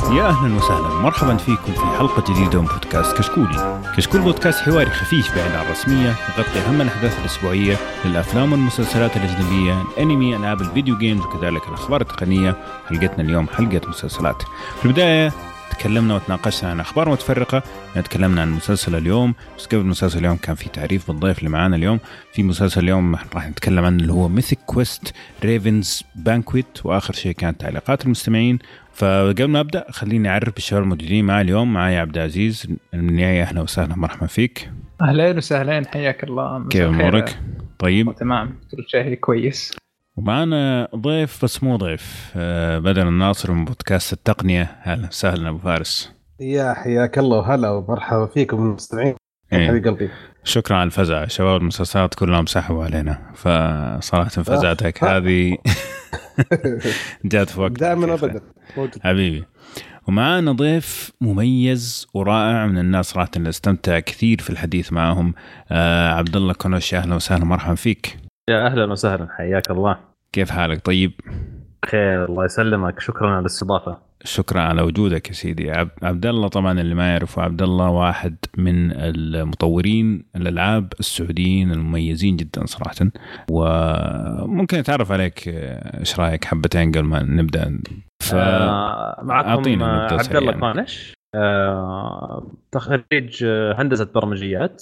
يا أهلا وسهلا، مرحبا فيكم في حلقة جديدة من بودكاست كشكولي. كشكول بودكاست حواري خفيف بعيد عن الرسمية، يغطي أهم الأحداث الأسبوعية للأفلام والمسلسلات الأجنبية، الأنمي، ألعاب الفيديو جيمز، وكذلك الأخبار التقنية. حلقتنا اليوم حلقة مسلسلات. في البداية تكلمنا وتناقشنا عن أخبار متفرقة، تكلمنا عن مسلسل اليوم. بس قبل مسلسل اليوم كان في تعريف بالضيف اللي معانا اليوم. في مسلسل اليوم راح نتكلم عنه اللي هو ميثيك كويست ريفنز بانكويت، وآخر شيء كانت تعليقات المستمعين. فقبل ما أبدأ خليني أعرف بالشباب الموجودين معي اليوم. معي عبد العزيز المنياي، أهلا وسهلا، مرحبا فيك. أهلين وسهلين، حياك الله. كيف أمورك؟ طيب تمام، كل شيء كويس. ومعنا ضيف بس مو ضيف، بدر الناصر من بودكاست التقنية. أهلا وسهلا أبو فارس. يا حياك الله وهلا ومرحبا فيكم المستمعين. حبيب قلبي، شكرا على الفزع. شباب المسلسلات كلهم سحبوا علينا، فصراحة فزعتك هذه جات في وقت دائما أبدا حبيبي. ومعانا ضيف مميز ورائع من الناس صراحة اللي استمتع كثير في الحديث معهم، عبد الله كونوش. أهلا وسهلا، مرحبا فيك. يا أهلا وسهلا، حياك الله. كيف حالك؟ طيب خير الله يسلمك، شكرا على الاستضافة. شكرا على وجودك يا سيدي. عبد الله طبعا اللي ما يعرفه، عبد الله واحد من المطورين الألعاب السعوديين المميزين جدا صراحة، وممكن نتعرف عليك. ايش رايك حبتين قبل ما نبدأ؟ معكم عبد الله كونش، تخريج هندسة برمجيات.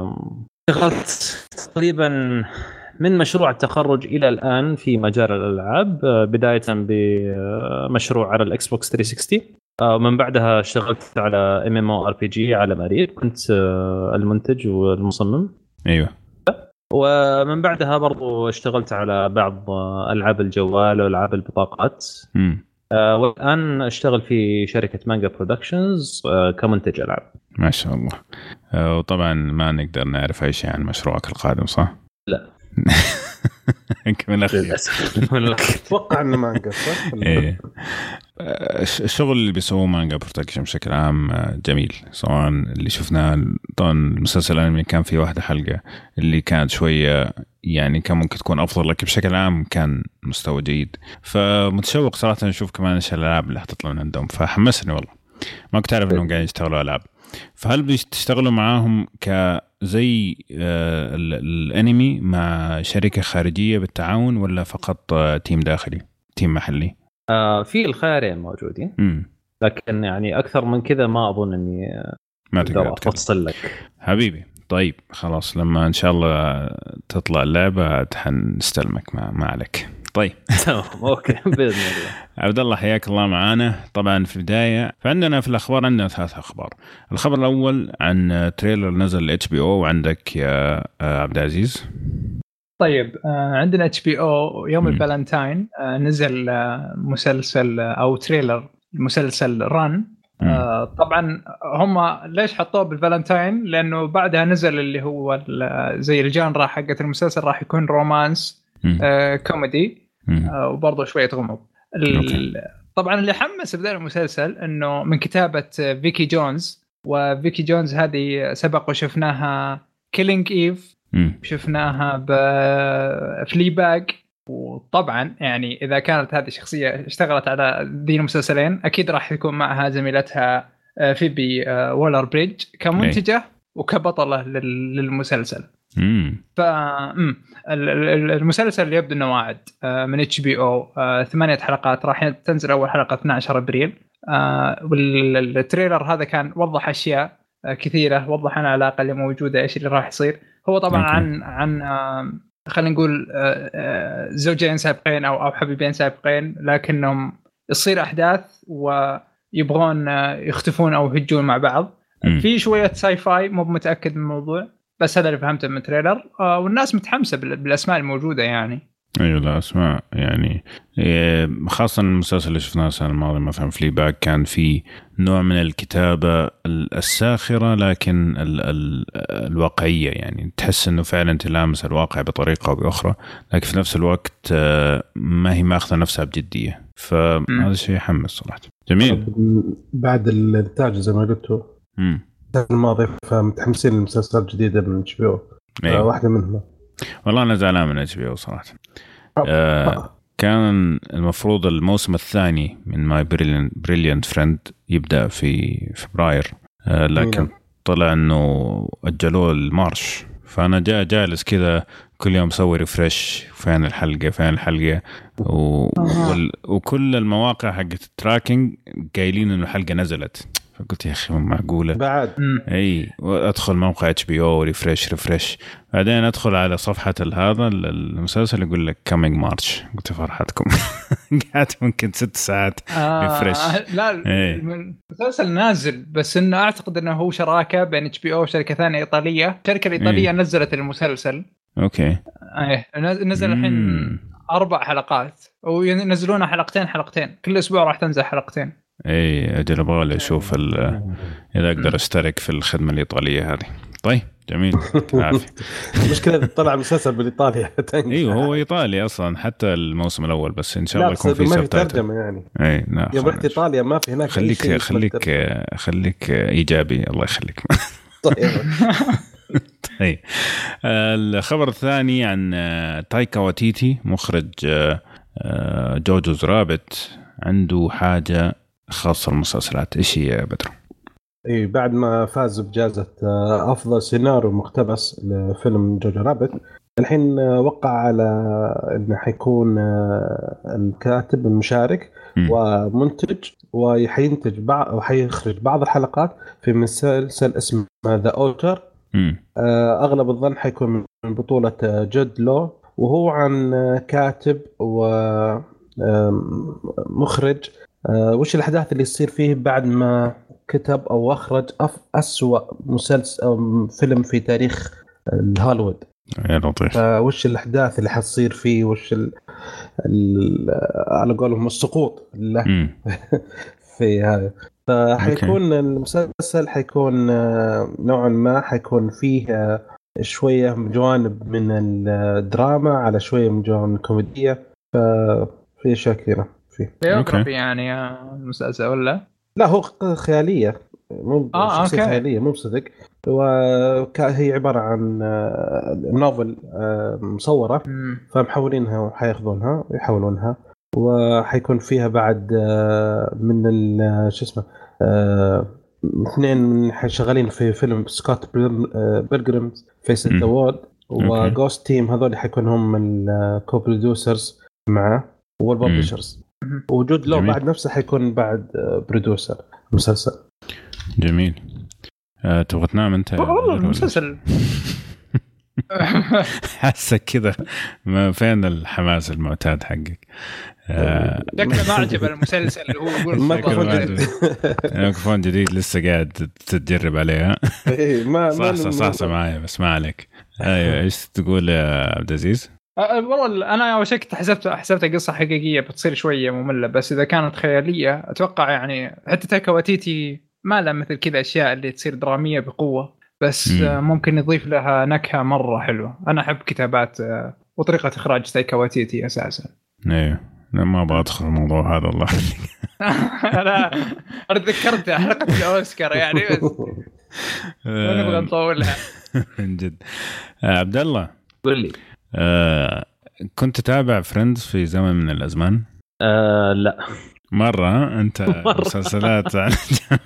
اشتغلت تقريبا من مشروع التخرج إلى الآن في مجال الألعاب، بداية بمشروع على الإكس بوكس 360، ومن بعدها اشتغلت على MMORPG على مريض، كنت المنتج والمصمم. أيوة. ومن بعدها برضو اشتغلت على بعض ألعاب الجوال وألعاب البطاقات. والآن اشتغل في شركة مانجا برودكشنز كمنتج ألعاب. ما شاء الله. وطبعا ما نقدر نعرف أي شيء عن مشروعك القادم، صح؟ لا من الأخير أتوقع أنه مانجا صح؟ إيه. الشغل اللي بيسووه مانجا بروتكشن بشكل عام جميل، سواء اللي شفناه طبعا المسلسل الأنمي كان في واحدة حلقة اللي كانت شوية يعني كان ممكن تكون أفضل، لكن بشكل عام كان مستوى جيد. فمتشوق صراحة نشوف كمان إيش الألعاب اللي حتطلع من عندهم، فحمسني والله. ما كنت أعرف إنهم قاعدين يشتغلوا ألعاب. فهل بيشتغلوا معاهم كزي الأنمي مع شركة خارجية بالتعاون، ولا فقط تيم داخلي، تيم محلي؟ في الخيارين موجودين، لكن يعني أكثر من كذا ما أظن إني ما تقدر أفصل لك حبيبي. طيب خلاص، لما إن شاء الله تطلع اللعبة حنستلمك، ما عليك. طيب تمام اوكي باذن الله. عبد الله حياك الله معانا. طبعا في البدايه فعندنا في الاخبار عندنا 3 أخبار. الخبر الاول عن تريلر نزل HBO، وعندك يا عبد العزيز. طيب عندنا HBO يوم الفالنتاين نزل مسلسل او تريلر مسلسل ران. طبعا هم ليش حطوه بالفالنتاين؟ لانه بعدها نزل اللي هو زي الجانرا حقت المسلسل راح يكون رومانس كوميدي وبرضه شوية غموض. طبعا اللي حمس بداية المسلسل انه من كتابة فيكي جونز، وفيكي جونز هذه سبق وشفناها كيلينج إيف، شفناها بفليباج. وطبعا يعني اذا كانت هذه شخصية اشتغلت على ذي المسلسلين اكيد راح يكون معها زميلتها فيبي وولر بريدج كمنتجة وكبطلة للمسلسل. المسلسل اللي يبدو انه واعد من HBO 8 حلقات، راح تنزل اول حلقه 12 ابريل. والتريلر هذا كان وضح اشياء كثيره، وضح عن العلاقه اللي موجوده، ايش اللي راح يصير. هو طبعا عن خلينا نقول زوجين سابقين او حبيبين سابقين، لكنهم يصير احداث ويبغون يختفون او يهجون مع بعض. في شويه ساي فاي، مو متاكد من الموضوع، بس هذا اللي فهمته من التريلر. والناس متحمسه بالاسماء الموجوده يعني. ايوه الاسماء يعني خاصه المسلسل اللي شفناه السنه الماضيه مثلا فليباج كان في نوع من الكتابه الساخره، لكن الواقعيه، يعني تحس انه فعلا تلامس الواقع بطريقه او باخرى، لكن في نفس الوقت ما هي ماخذه نفسها بجديه. فهذا الشيء يحمس صراحه. جميل. بعد الانتاج زي ما قلتوا الماضي، فمتحمسين للمسلسلات الجديدة من HBO. واحدة منهم والله أنا زعلان من HBO صراحة. كان المفروض الموسم الثاني من ماي بريليانت فريند يبدأ في فبراير، لكن طلع انه اجلوه المارش. فانا جالس كذا كل يوم سوي ريفرش، فين الحلقة وكل المواقع حقت التراكنج قايلين انه الحلقة نزلت. فقلت يا اخي معقولة بعد اي، وادخل موقع HBO ريفرش، بعدين ادخل على صفحة هذا المسلسل يقول لك كامينج مارش. قلت فرحتكم. قعدت ممكن 6 ساعات ريفرش. لا المسلسل نازل، بس انه اعتقد انه هو شراكة بين HBO وشركة ثانية ايطالية. الشركة الايطالية نزلت المسلسل. اوكي نزل الحين 4 حلقات، وينزلونها حلقتين كل اسبوع راح تنزل حلقتين. اي اجل ابغى اشوف اذا اقدر اشترك في الخدمه الايطاليه هذه. طيب جميل عافي. المشكله طلع مسلسل بالايطالي. ايوه هو ايطالي اصلا حتى الموسم الاول، بس ان شاء الله يكون في سبتايتل يعني. اي لا يا رحت ايطاليا ما في هناك. خليك ايجابي الله يخليك. طيب الخبر الثاني عن تايكا واتيتي مخرج جوجوز رابت، عنده حاجة خاصة المسلسلات. إيش هي يا بدر؟ إيه بعد ما فاز بجائزة أفضل سيناريو مقتبس لفيلم جوجو رابت، الحين وقع على إنه حيكون الكاتب المشارك ومنتج، وحينتج وحيخرج بعض الحلقات في مسلسل اسمه ذا أوتر. أغلب الظن حيكون من بطولة جود لو، وهو عن كاتب ومخرج وش الأحداث اللي يصير فيه بعد ما كتب أو أخرج أسوأ مسلسل أو فيلم في تاريخ هوليوود. يا لطيف. وش الأحداث اللي حتصير فيه، وش على قولهم السقوط له في هذا. فحيكون المسلسل حيكون نوعا ما حيكون فيه شوية من جوانب من الدراما على شوية من جوانب الكوميديا، ففي أشياء كثيرة فيه. بيوغرافي يعني المسلسل ولا؟ لا هو خيالية، مو شخصية خيالية، مو صدق. وهي عبارة عن نوفل مصورة، فمحولينها وحياخذونها ويحولونها، وحيكون فيها بعد من شو اسمه 2 شغالين في فيلم سكوت بيلغريم فيس ذا وورد وغوست تيم، هذول حيكون هم الكو-بروديوسرز معه والببلشرز. وجود لو بعد نفسه حيكون بعد بروديوسر مسلسل. جميل. تبغى تنام انت والله المسلسل حاسك كذا ما فين الحماس المعتاد حقك؟ شكله ما عجب المسلسل اللي هو يقول ميكروفون جديد لسه قاعد تتجرب عليها. صح معايا بس ما عليك. ايوه ايش تقول يا عبد العزيز؟ والله انا وشكت حسبتها قصه حقيقيه بتصير شويه ممله، بس اذا كانت خياليه اتوقع يعني حتى تايكا واتيتي ما له مثل كذا اشياء اللي تصير دراميه بقوه، بس ممكن يضيف لها نكهه مره حلوه. انا احب كتابات وطريقه اخراج تايكا واتيتي اساسا. ايوه ما ابغى ادخل الموضوع هذا الله. انا تذكرت حلقه الاوسكار يعني، بس ما نبغى نطولها من جد. عبد الله قول لي، كنت تتابع فريندز في زمن من الازمان؟ لا مرة أنت مسلسلات يعني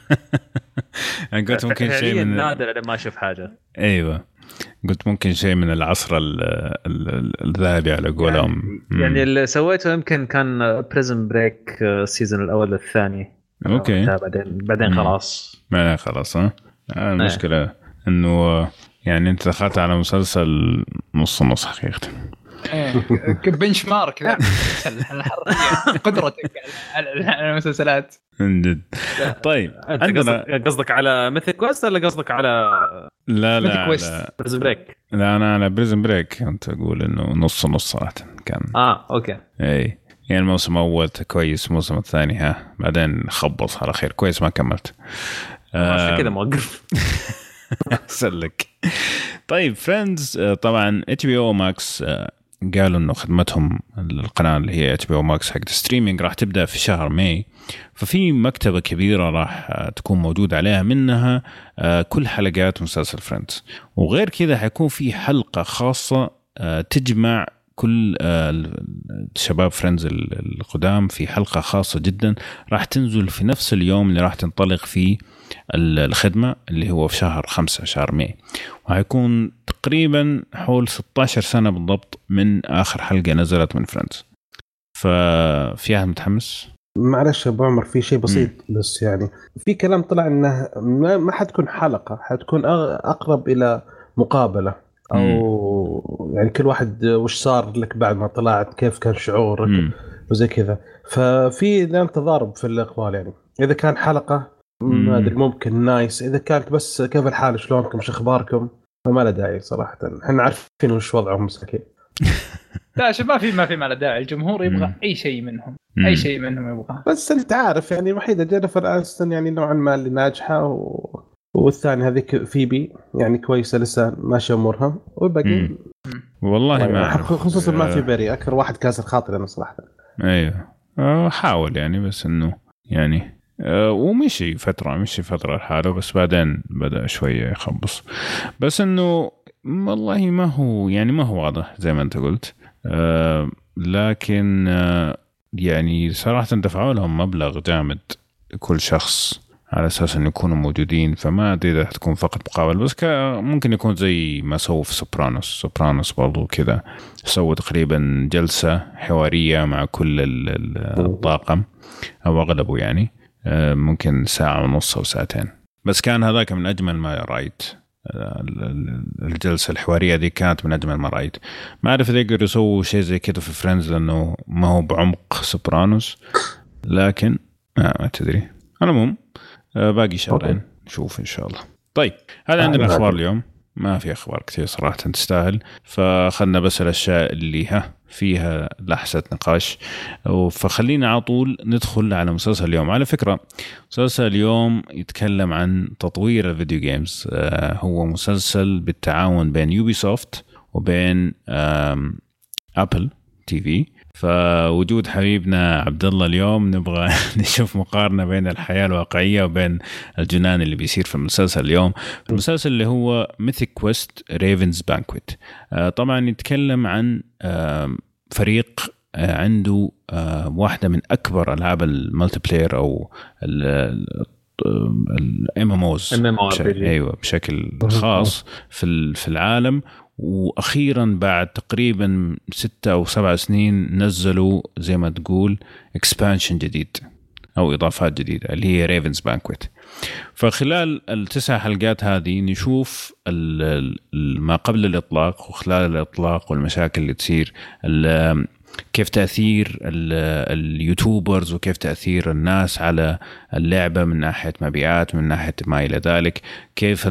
قلت ممكن شيء من نادر لما أشوف حاجة. أيوة قلت ممكن شيء من العصر الذهبي على قولهم. يعني اللي سويته يمكن كان بريزن بريك السيزون الأول والثاني. أوكي. بعدين خلاص. ما خلاص المشكلة إنه يعني أنت دخلت على مسلسل نص حقيقة. بنش مارك ذا الحرية قدرتك على المسلسلات من جد. طيب قصدك على ميثيك كويست ولا قصدك على لا بريزن بريك؟ لا انا على بريزن بريك كنت اقول انه نص صراحه كان. اوكي. اي يعني الموسم الاول كويس، الموسم الثاني بعدين خبص على خير كويس ما كملت. عشان كذا موقف. سلك. طيب فريندز طبعا HBO Max قالوا انه خدمتهم القناه اللي هي HBO Max حق الستريمينج راح تبدا في شهر ماي، ففي مكتبه كبيره راح تكون موجود عليها منها كل حلقات مسلسل فريندز، وغير كذا حيكون في حلقه خاصه تجمع كل شباب فريندز القدام في حلقة خاصة جدا راح تنزل في نفس اليوم اللي راح تنطلق فيه الخدمة، اللي هو في شهر 5 شهر ماي، وهيكون تقريبا حول 16 سنة بالضبط من آخر حلقة نزلت من فريندز. ففيها متحمس. معلش ابو عمر، في شيء بسيط بس يعني في كلام طلع انه ما حتكون حلقة، حتكون اقرب الى مقابلة او يعني كل واحد وش صار لك بعد ما طلعت، كيف كان شعورك وزي كذا. ففي تضارب في الاقوال، يعني اذا كان حلقة ما ادري ممكن نايس، اذا كانت بس كيف الحال شلونكم ايش اخباركم، فما له داعي صراحة. احنا عارفين وش وضعهم مساكين. لا شوف، ما في ما له داعي. الجمهور يبغى اي شيء منهم، اي شيء منهم يبغاه. بس انت عارف يعني وحيدة جينيفر انستون يعني نوعا ما اللي ناجحة والثاني هذيك فيبي يعني كويسة لسه ماشية امورها، والباقي والله ما أعرف. خصوصا ما في بري اكثر واحد كاسر خاطري انا صراحة. ايوه حاول يعني، بس انه يعني ومشي فترة الحالة، بس بعدين بدأ شوية يخبص. بس انه والله ما هو واضح زي ما انت قلت. لكن يعني صراحة دفعوا لهم مبلغ جامد كل شخص على أساس أن يكونوا موجودين، فما أدري إذا تكون فقط مقابل، بس ممكن يكون زي ما سووا في سوبرانوس برضو كذا، سووا تقريبا جلسة حوارية مع كل الطاقم أو أغلبه يعني، ممكن ساعة ونص أو ساعتين. بس كان هذاك من أجمل ما رأيت. الجلسة الحوارية دي كانت من أجمل ما رأيت. ما أعرف إذا يقدروا يسووا شيء زي كده في فريندز، لأنه ما هو بعمق سوبرانوس، لكن ما تدري. المهم باقي شهرين نشوف إن شاء الله. طيب هذا عندنا أخبار اليوم، ما في أخبار كثير صراحة تستاهل، فخلنا بس الأشياء اللي فيها لحظة نقاش. فخلينا على طول ندخل على مسلسل اليوم. على فكرة مسلسل اليوم يتكلم عن تطوير الفيديو جيمز. هو مسلسل بالتعاون بين يوبيسوفت وبين أبل تي في. فوجود حبيبنا عبد الله اليوم نبغى نشوف مقارنة بين الحياة الواقعية وبين الجنان اللي بيصير في المسلسل اليوم. المسلسل اللي هو ميثيك كويست ريفنز بانكويت. طبعا يتكلم عن فريق عنده واحدة من أكبر ألعاب المالتي بلاير أو MMOs أيوة بشكل خاص في العالم. وأخيرا بعد تقريبا 6 أو 7 سنين نزلوا زي ما تقول expansion جديد أو إضافات جديدة اللي هي ريفنز بانكويت. فخلال 9 حلقات هذه نشوف ما قبل الإطلاق وخلال الإطلاق والمشاكل اللي تصير، كيف تأثير اليوتيوبرز وكيف تأثير الناس على اللعبة من ناحية مبيعات من ناحية ما إلى ذلك، كيف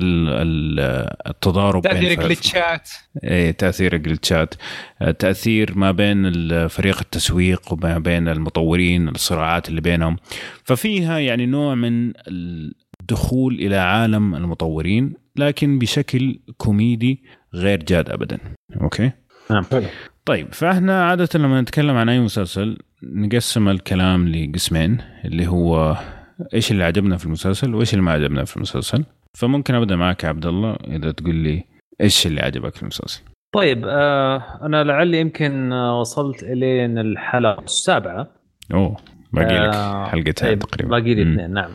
التضارب تأثير الجلتشات، تأثير الجلتشات، تأثير ما بين فريق التسويق وما بين المطورين، الصراعات اللي بينهم. ففيها يعني نوع من الدخول إلى عالم المطورين لكن بشكل كوميدي غير جاد أبدا. أوكي نعم. طيب فاحنا عادة لما نتكلم عن أي مسلسل نقسم الكلام لقسمين، اللي هو إيش اللي عجبنا في المسلسل وإيش اللي ما عجبنا في المسلسل. فممكن أبدأ معك عبد الله إذا تقول لي إيش اللي عجبك في المسلسل. طيب أنا لعلي يمكن وصلت إلين الحلقة 7. باقي لك حلقتين تقريبا. باقي لي 2 نعم.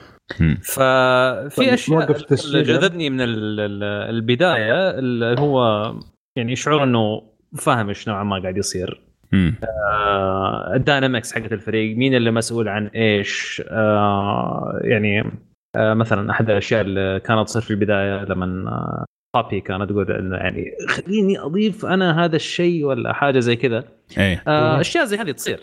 ففي أشياء جذبني من البداية اللي هو يعني شعور إنه فاهم إيش نوعا ما قاعد يصير. الداينامكس حقت الفريق، مين اللي مسؤول عن إيش. يعني مثلا أحد الأشياء اللي كانت تصير في البداية لما بابي كانت تقول إنه يعني خليني أضيف أنا هذا الشيء ولا حاجة زي كذا. أشياء زي هذه تصير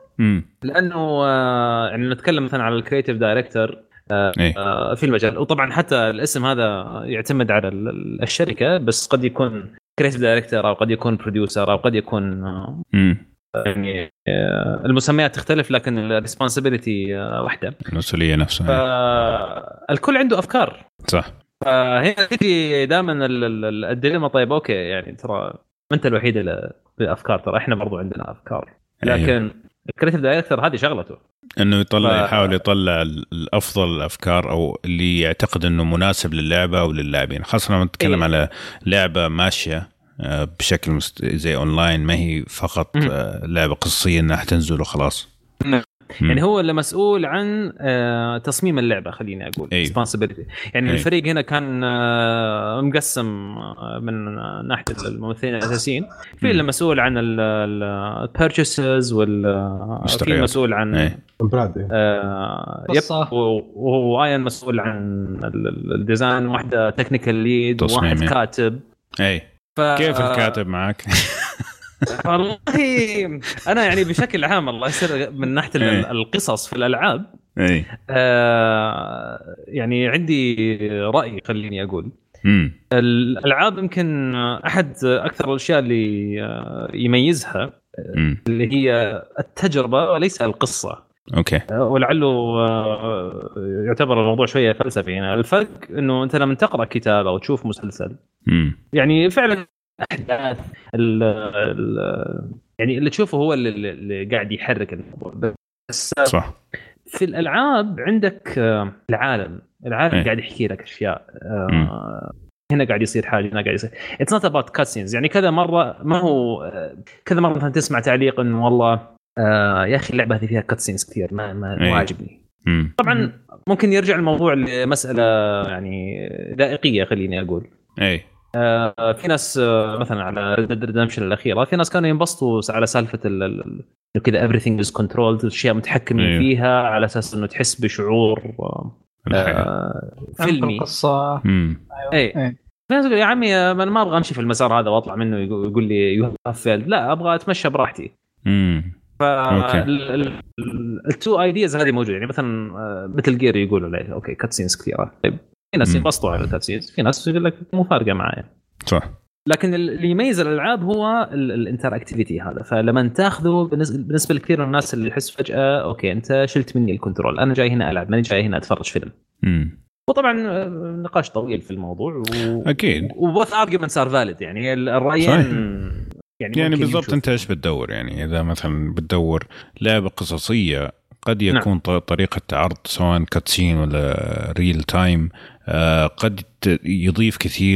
لأنه يعني نتكلم مثلا على الكرياتيف دايركتور في المجال. وطبعا حتى الاسم هذا يعتمد على الشركة، بس قد يكون كرياتيف دايركتور أو قد يكون بروديوسر أو قد يكون يعني المسميات تختلف لكن الريسبونسابيلتي واحدة، المسؤولية نفسها. الكل عنده أفكار صح. فهنا تجي دائما الديليما. طيب أوكي يعني ترى ما أنت الوحيد اللي بأفكار، ترى إحنا برضو عندنا أفكار، لكن الكرياتيف دايركتور هذه شغلته انه يحاول يطلع الافضل الافكار او اللي يعتقد انه مناسب للعبه او للاعبين، خاصه لما نتكلم على لعبه ماشيه بشكل زي اونلاين، ما هي فقط لعبه قصصيه انها تنزل وخلاص. يعني هو اللي مسؤول عن تصميم اللعبه، خليني اقول responsibility. يعني الفريق هنا كان مقسم من ناحيه الممثلين الاساسيين، في اللي مسؤول عن البيرتشيسز، في المسؤول عن وآيان مسؤول عن الديزاين، واحده تكنيكال ليد، وواحد كاتب. كيف الكاتب معك؟ والله انا يعني بشكل عام الله يسر من ناحيه القصص في الالعاب، يعني عندي راي خليني اقول. الالعاب يمكن احد اكثر الاشياء اللي يميزها اللي هي التجربه وليس القصه. ولعله يعتبر الموضوع شويه فلسفي. يعني الفرق انه انت لما تقرا كتاب او تشوف مسلسل يعني فعلا احداث يعني اللي تشوفه هو اللي قاعد يحرك الموضوع. بس صح. في الالعاب عندك العالم قاعد يحكي لك اشياء. هنا قاعد يصير حاجه، هنا قاعد يصير. It's not about cutscenes. يعني كذا مره ما هو كذا مره مثلا تسمع تعليق انه والله يا اخي اللعبه هذه فيها cutscenes كثير ما عاجبني. طبعا ممكن يرجع الموضوع لمساله يعني دائقيه خليني اقول. في ناس مثلا على Red Dead Redemption الأخيرة، في ناس كانوا ينبسطوا على سالفة كذا everything is controlled، الأشياء متحكمين فيها على أساس إنه تحس بشعور فيلمي قصة. في ناس يقول يا عمي أنا ما أبغى أمشي في المسار هذا وأطلع منه يقول لي you have failed، لا أبغى أتمشى براحتي. التو ايدياز هذه موجوده. يعني مثلا مثل جير يقولوا له اوكي كاتسينز كثيره، طيب في ناس ينبسطوا على الكاتسينز، في ناس يقول لك مو فارقه معايا. صح. لكن اللي يميز الالعاب هو الانتراكتيفيتي هذا. فلما تاخذه بالنسبه لكثير من الناس اللي يحس فجاه اوكي انت شلت مني الكنترول، انا جاي هنا العب، ماني جاي هنا اتفرج فيلم. وطبعا نقاش طويل في الموضوع اكيد، وبوث ارجيومنتس ار فاليد. يعني الرايين يعني بالضبط انت ايش بتدور؟ يعني اذا مثلا بتدور لعبه قصصيه قد يكون طريقه عرض سواء كاتسين ولا ريل تايم قد يضيف كثير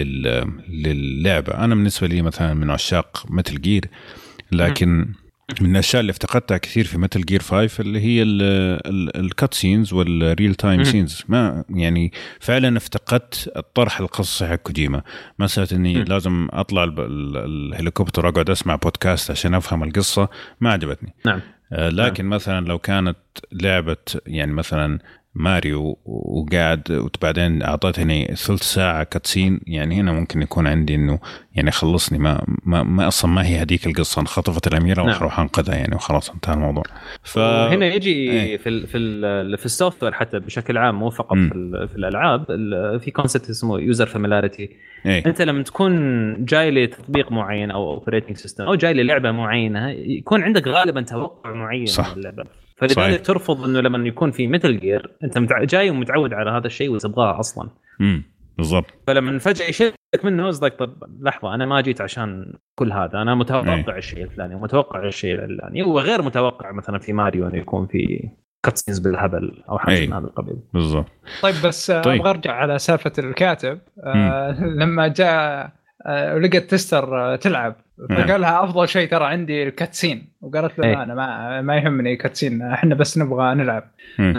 للعبه. انا بالنسبه لي مثلا من عشاق متل جير، لكن من الاشياء اللي افتقدتها كثير في متل جير 5 اللي هي الكات سينز والريل تايم سينز. ما يعني فعلا افتقدت الطرح القصصي حق كوجيما، مسألة اني لازم اطلع الهليكوبتر اقعد اسمع بودكاست عشان افهم القصة، ما عجبتني. لكن مثلا لو كانت لعبة يعني مثلا ماريو وقاعد وبعدين اعطيتني ثلث ساعه كاتسين، يعني هنا ممكن يكون عندي انه يعني خلصني، ما اصلا ما هي هذيك القصه، انخطفت الاميره واروح انقذها يعني وخلاص انتهى الموضوع. هنا يجي في السوفت وير حتى بشكل عام، مو فقط في الالعاب، في كونسبت اسمه يوزر فاميلاريتي. انت لما تكون جاي لتطبيق معين او اوبريتنج سيستم او جاي للعبه معينه، يكون عندك غالبا توقع معين من اللعبه، فلذلك ترفض انه لما يكون في ميتل جير انت جاي ومتعود على هذا الشيء وتبغاه اصلا. بالضبط. فلما فجأة يشيلك منه قصدك طب لحظه انا ما جيت عشان كل هذا، انا متوقع الشيء الفلاني ومتوقع الشيء الفلاني، وغير متوقع مثلا في ماريو انه يكون في كاتسينز بالهبل او حاجه من هذا القبيل. بالضبط. طيب بس ابغى ارجع على سالفه الكاتب. لما جاء ولقت تستر تلعب فقال لها افضل شيء ترى عندي الكاتسين، وقالت له انا ما يهمني كاتسين، احنا بس نبغى نلعب.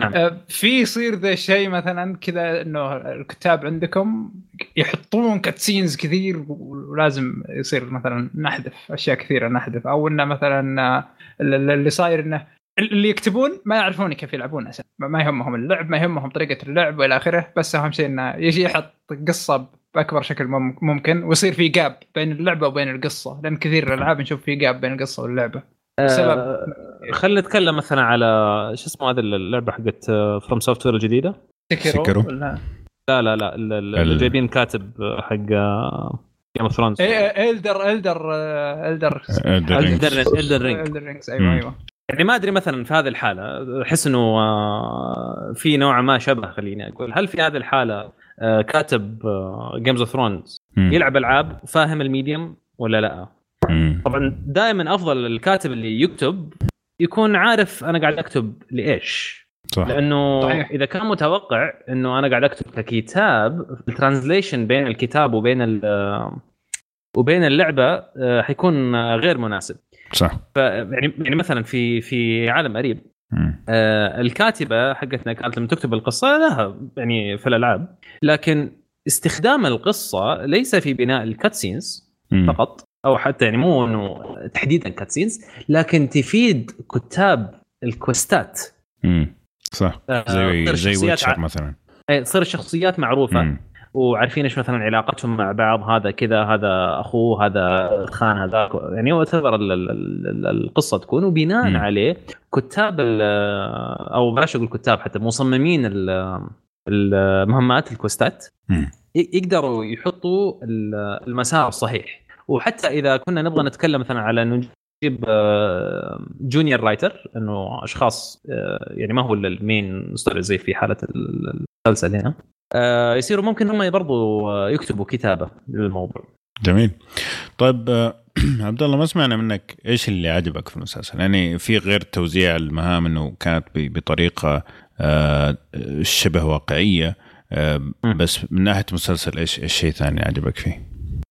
في يصير ذا الشيء مثلا كذا انه الكتاب عندكم يحطون كاتسينز كثير ولازم يصير مثلا نحذف اشياء كثيره نحذف، او انه مثلا اللي صاير انه اللي يكتبون ما يعرفون كيف يلعبون اساسا، ما يهمهم اللعب، ما يهمهم طريقه اللعب والى اخره، بس اهم شيء انه يجي يحط قصه باكبر شكل ممكن، ويصير في جاب بين اللعبه وبين القصه، لان كثير الالعاب نشوف في جاب بين القصه واللعبه. سبب خلينا نتكلم مثلا على شو اسمه هذا اللعبه حقت فروم سوفت وير الجديده سكرو. لا اللي جايبين كاتب حق جيم اوف ثرونز، إلدر رينجز. ايوه يعني ما ادري مثلا في هذه الحاله احس انه في نوع ما شبه، خليني اقول هل في هذه الحاله كاتب جيمز اوف ثرونز يلعب العاب فاهم الميديوم ولا لا؟ طبعا دائما افضل الكاتب اللي يكتب يكون عارف انا قاعد اكتب لايش. صح. لانه صحيح. اذا كان متوقع انه انا قاعد اكتب ككتاب، الترانزليشن بين الكتاب وبين وبين اللعبه حيكون غير مناسب. صح. يعني مثلا في عالم قريب الكاتبه حقتنا كانت لما تكتب القصه لها يعني في الالعاب، لكن استخدام القصه ليس في بناء الكاتسينز فقط، او حتى يعني مو انه تحديدا كاتسينز، لكن تفيد كتاب الكوستات. صح. زي ويتشر مثلا، تصير الشخصيات معروفه وعارفين ايش مثلا علاقتهم مع بعض، هذا كذا، هذا اخوه، هذا خان هذاك، يعني هو تبر القصه تكون، وبناء عليه كتاب او بلاش اقول كتاب، حتى مصممين المهمات الكوستات يقدروا يحطوا المسار الصحيح. وحتى اذا كنا نبغى نتكلم مثلا على انه نجيب جونيور رايتر، انه اشخاص يعني ما هو المين ستوري زي في حاله المسلسل هنا، يصيروا ممكن هم برضو يكتبوا كتابه للموضوع. جميل. طيب عبد الله، ما سمعنا منك ايش اللي عجبك في المسلسل؟ يعني في غير توزيع المهام انه كانت بطريقه شبه واقعيه، بس من ناحيه المسلسل ايش الشيء الثاني عجبك فيه؟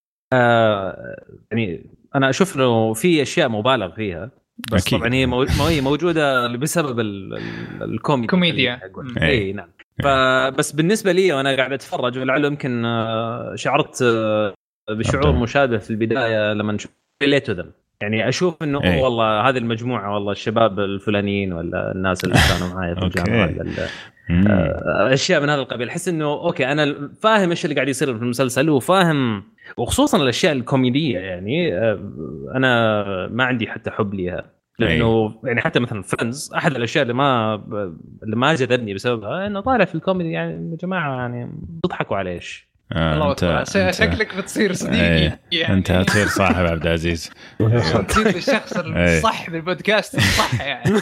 يعني انا اشوف انه في اشياء مبالغ فيها، بس أكيد. طبعا هي موجوده بسبب الكوميديا. اي نعم. فبس بالنسبه لي وانا قاعد اتفرج، ولعله يمكن شعرت بشعور مشابه في البدايه لما نشوف ريليتو ذم، يعني اشوف انه والله هذه المجموعه، والله الشباب الفلانيين ولا الناس اللي كانوا معايا في الجامعه اشياء من هذا القبيل. احس انه اوكي انا فاهم ايش اللي قاعد يصير في المسلسل، وفاهم وخصوصا الاشياء الكوميديه، يعني انا ما عندي حتى حب ليها، لانه يعني حتى مثلا فريندز احد الاشياء اللي ما جذبني بسببها انه طالع في الكوميدي. يعني يا جماعه يعني تضحكوا على ايش؟ انت شكلك بتصير صديقي يعني. انت هتصير صاحب عبد العزيز، تصير الشخص الصح بالبودكاست الصح يعني.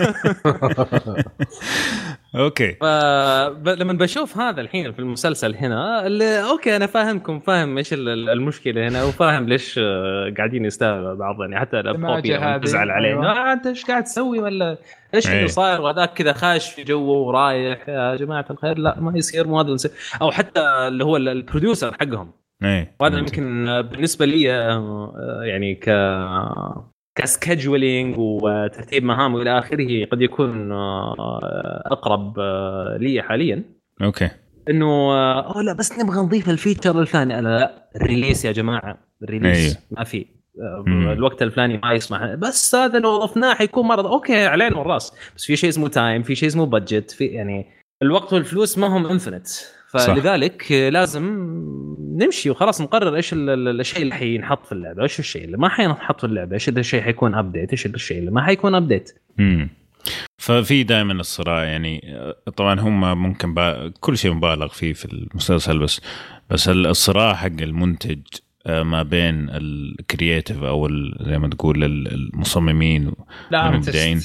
اوكي. لما بشوف هذا الحين في المسلسل هنا، اوكي انا فاهمكم، فاهم ايش المشكله هنا، وفاهم ليش قاعدين يستاهلوا بعض، يعني حتى الابوبيا تزعل عليه انت ايش قاعد تسوي ولا ايش اللي صاير، وهذاك كذا خاش في جوه ورايح يا جماعه الخير، لا ما يصير، مو هذا. او حتى اللي هو البروديوسر حقهم، وهذا يمكن بالنسبه لي يعني كسكيدجولينج وترتيب مهام والى اخره قد يكون اقرب لي حاليا. اوكي. انه لا بس نبغى نضيف الفيتشر الثاني، لا الريليس يا جماعه، الريليس ما في الوقت الفلاني ما يسمح، بس هذا لو ضفناه حيكون مرض. اوكي علينا والراس، بس في شيء اسمه تايم، في شيء اسمه بادجت، في يعني الوقت والفلوس ما هم انفينيت، فلذلك لازم نمشي وخلاص نقرر ايش الشيء اللي حينحط في اللعبه، ايش الشيء اللي ما حينحط في اللعبه، ايش الشيء حيكون ابديت، ايش الشيء اللي ما حيكون ابديت. ففي دائما الصراع، يعني طبعا هم ممكن كل شيء مبالغ فيه في المسلسل، بس الصراع حق المنتج ما بين الكرياتيف او زي ما تقول المصممين والمبدعين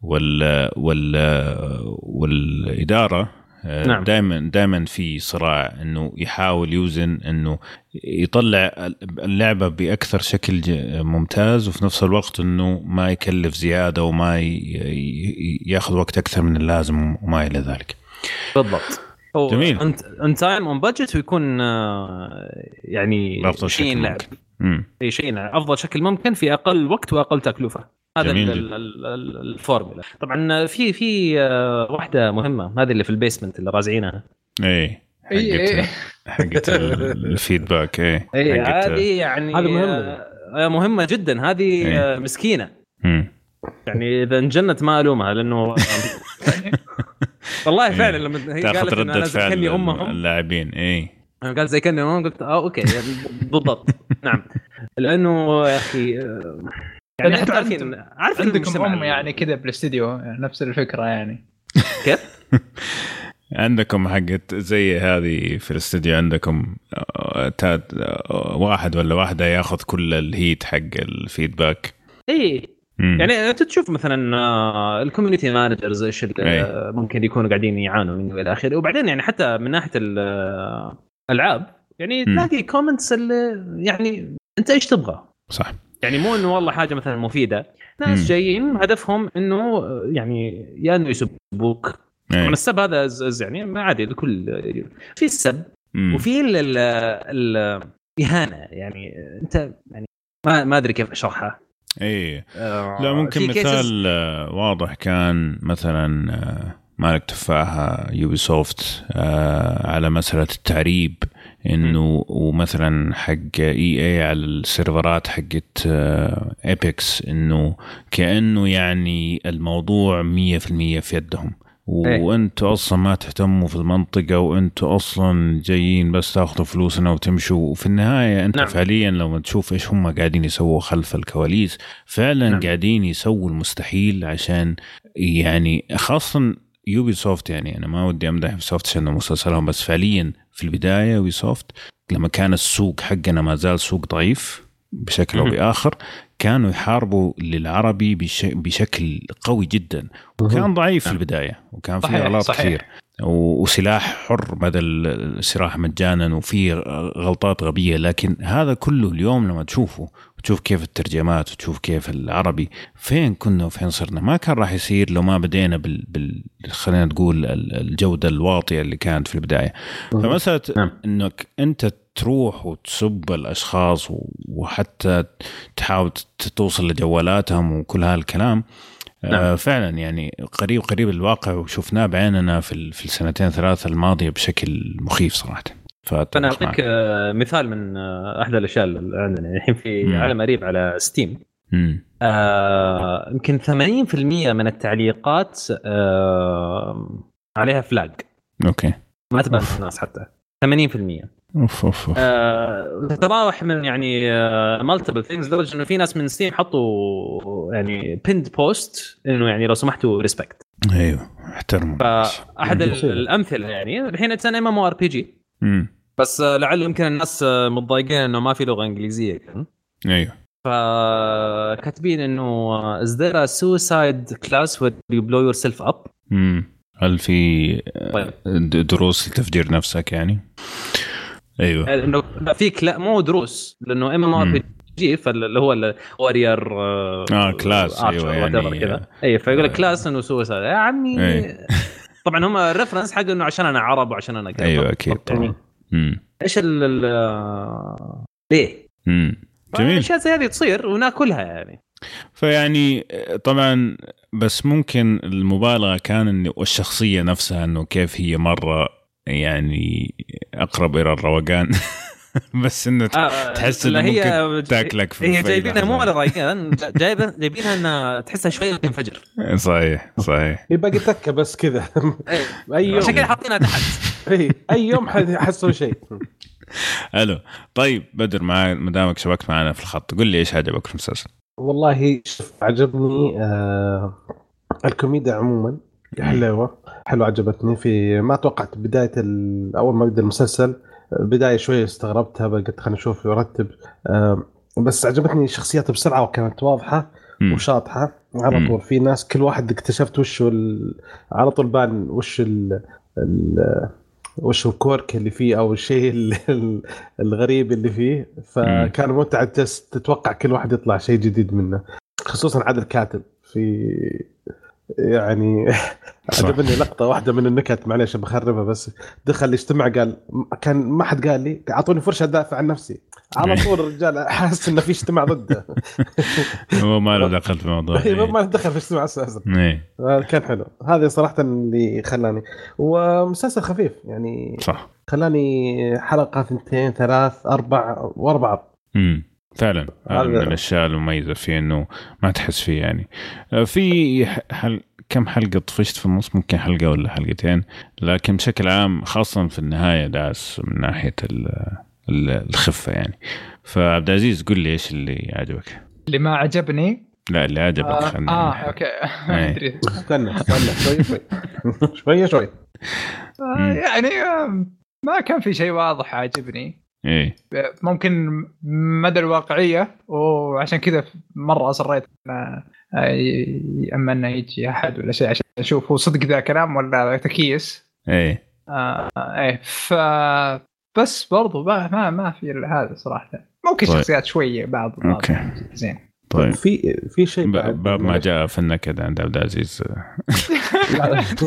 والإدارة. نعم. دائما في صراع انه يحاول يوزن، انه يطلع اللعبة بأكثر شكل ممتاز، وفي نفس الوقت انه ما يكلف زيادة وما ياخذ وقت اكثر من اللازم وما الى ذلك. بالضبط. جميل. انت تايم اون بادجت، ويكون يعني شيء لعب اي شيء افضل شكل ممكن في اقل وقت واقل تكلفه. هذا الفورمولا. طبعا في واحده مهمه، هذه اللي في البيسمنت اللي رازعينها، حقت الفيدباك. هذه يعني هذه مهمه جدا، هذه مسكينه. يعني اذا انجنت ما الومها، لانه والله فعلا لما هي قالت ان انا زكني امهم اللاعبين قال زي كني امهم، قلت اوكي بالضبط. نعم، لانه يا اخي يعني انتوا عارف عندكم يعني كذا بالاستديو نفس الفكره، يعني كيف عندكم حقت زي هذه في الاستديو، عندكم واحد ولا واحدة ياخذ كل الهيت حق الفيدباك. يعني انت تشوف مثلا الكوميونتي مانجرز ايش ممكن يكونوا قاعدين يعانوا منه الى اخره، وبعدين يعني حتى من ناحيه الالعاب يعني تلاقي كومنتس اللي يعني انت ايش تبغى. صح. يعني مو انه والله حاجه مثلا مفيده، ناس جايين هدفهم انه يعني يا انه يسبوك. طبعا السب هذا يعني عادي، الكل في السب وفي إهانة يعني. أنت يعني ما أدري كيف أشرحها. ايه لا ممكن مثال واضح كان مثلا مالك تفاحة يوبي سوفت على مسألة التعريب انه ومثلا حق اي على السيرفرات حقت ايبكس انه كأنه يعني الموضوع 100% في يدهم وانتوا اصلا ما تهتموا في المنطقة وانتوا اصلا جايين بس تاخذوا فلوسنا وتمشوا. وفي النهاية انت فعليا لو تشوف ايش هم قاعدين يسووا خلف الكواليس فعلا قاعدين يسووا المستحيل عشان يعني خاصة يوبي سوفت. يعني انا ما ودي امدح يوبي سوفت عشان مسلسلهم بس فعليا في البداية يوبي سوفت لما كان السوق حقنا ما زال سوق ضعيف بشكل أو بآخر كانوا يحاربوا للعربي بشكل قوي جدا وكان ضعيف في البداية وكان فيه غلط كثير وسلاح حر بدل السلاح مجانا وفيه غلطات غبية. لكن هذا كله اليوم لما تشوفه وتشوف كيف الترجمات وتشوف كيف العربي فين كنا وفين صرنا ما كان راح يصير لو ما بدينا خلينا نقول الجودة الواطية اللي كانت في البداية. فمسألة انك انت تروح وتسب الاشخاص وحتى تحاول توصل لجوالاتهم وكل هالكلام فعلا يعني قريب الواقع وشفناه بعيننا في السنتين ثلاثة الماضية بشكل مخيف صراحة. فأنا أعطيك مثال من أحد الأشياء اللي عندنا الحين في عالم قريب على ستيم. يمكن 80% من التعليقات عليها فلاج. أوكي. ما تبان الناس حتى 80%. تتراوح من يعني multiple things لدرجة إنه في ناس من ستيم حطوا يعني pinned post إنه يعني لو سمحتوا respect. أيوه احترموا. فأحد الأمثلة يعني الحين it's an MMORPG. بس لعل يمكن الناس متضايقين إنه ما في لغة إنجليزية كان. أيوه. فكاتبين إنه is there a suicide class where you blow yourself up؟ هل في دروس لتفجير نفسك يعني؟ ايوه انه فيك لا مو دروس لانه MMORPG فاللي هو الوارير كلاس ايوه يعني كذا اي فيقول لك كلاس انه سوسايد يا عمي طبعا هم الريفرنس حق انه عشان انا عرب وعشان انا كذا ايوه اكيد يعني ايش ليه جميل اشياء زي هذه تصير وناكلها يعني. فيعني طبعا بس ممكن المبالغه كان انه والشخصيه نفسها انه كيف هي مره يعني أقرب إلى الروقان بس إنه تحس إنه ممكن تاكلك في هي جايبينها مو على الروقان جايبينها إنها تحسها شوية تنفجر. صحيح يبقى تكة بس كذا أي يوم عشان كده حاطينها تحت أي يوم حيحصل شيء. ألو طيب بدر مدامك شبكت معنا في الخط قل لي إيش عجبك في المسلسل؟ والله عجبني الكوميديا عموما حلوة عجبتني. في ما توقعت بداية أول ما بدأ المسلسل بداية شوية استغربتها قلت خلينا نشوف يرتب بس عجبتني الشخصيات بسرعة وكانت واضحة وشاطحة على طول. في ناس كل واحد اكتشفت وش على طول بان وش الكورك اللي فيه أو الشيء الغريب اللي فيه. فكان متعة تتوقع كل واحد يطلع شيء جديد منه خصوصا عادل كاتب في يعني عجبني لقطة واحدة من النكت معليش بخربها بس دخل الاجتماع قال كان ما حد قال لي أعطوني فرصة أدافع عن نفسي على طول الرجال حاسس إنه في اجتماع ضده هو ما له دخل في الموضوع ما له دخل في الاجتماع أساسا. كان حلو هذا صراحة اللي خلاني ومسلسل خفيف يعني صح خلاني حلقة 2 3 4 ورا بعض فعلا هذا من الأشياء المميزة فيه إنه ما تحس فيه يعني في كم حلقة طفشت في النص ممكن حلقة ولا حلقتين لكن بشكل عام خاصة في النهاية داس من ناحية الخفة يعني. فعبد العزيز قل لي إيش اللي عجبك؟ اللي ما عجبني لا اللي عجبك اوكي ادري استنى شوي يعني ما كان في شيء واضح عجبني. ايه ممكن مدى الواقعية وعشان كذا مرة أصريت أما أنه يجي أحد ولا شيء عشان أشوف هو صدق ذا كلام ولا تكيس. ايه ايه بس برضو ما في هذا صراحة. ممكن طيب. شخصيات شوية بعض زين. طيب في شيء باب ما جاء في النكد عند عبد العزيز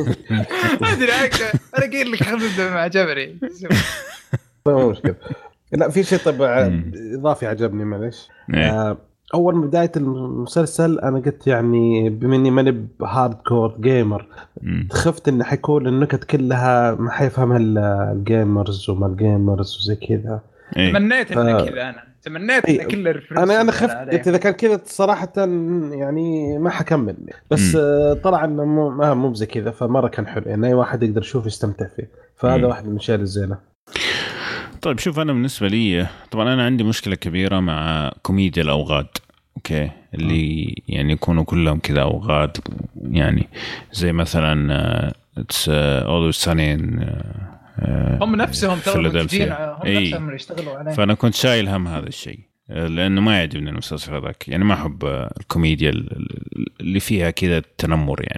أدري أنا قايل لك خلنا نبدأ مع جبري مو مشكلة. لا في شيء طبعا اضافي عجبني معلش. اول ما بدايه المسلسل انا قلت يعني بما اني ماني بهارد كور جيمر خفت ان حيكون النكت كلها ما حيفهمها الجيمرز وما الجيمرز وزي كذا. تمنيت ان كذا، انا تمنيت ان كل الريفرنس انا خفت قلت اذا كان كذا صراحه يعني ما حكمل، بس طلع انه مو زي كذا، فمره كان حلو يعني اي واحد يقدر يشوف يستمتع فيه، فهذا واحد من الاشياء الزينه. طيب شوف، أنا بالنسبة لي طبعا أنا عندي مشكلة كبيرة مع كوميديا الأوغاد، أوكي، اللي يعني يكونوا كلهم كذا أوغاد، يعني زي مثلا It's Always Sunny هم نفسهم فيلادلفيا، هم نفسهم اللي يشتغلوا عليه. فأنا كنت شايل هم هذا الشيء لأنه ما يعجبني المسلسل هذاك، يعني ما أحب الكوميديا اللي فيها كذا التنمر يعني.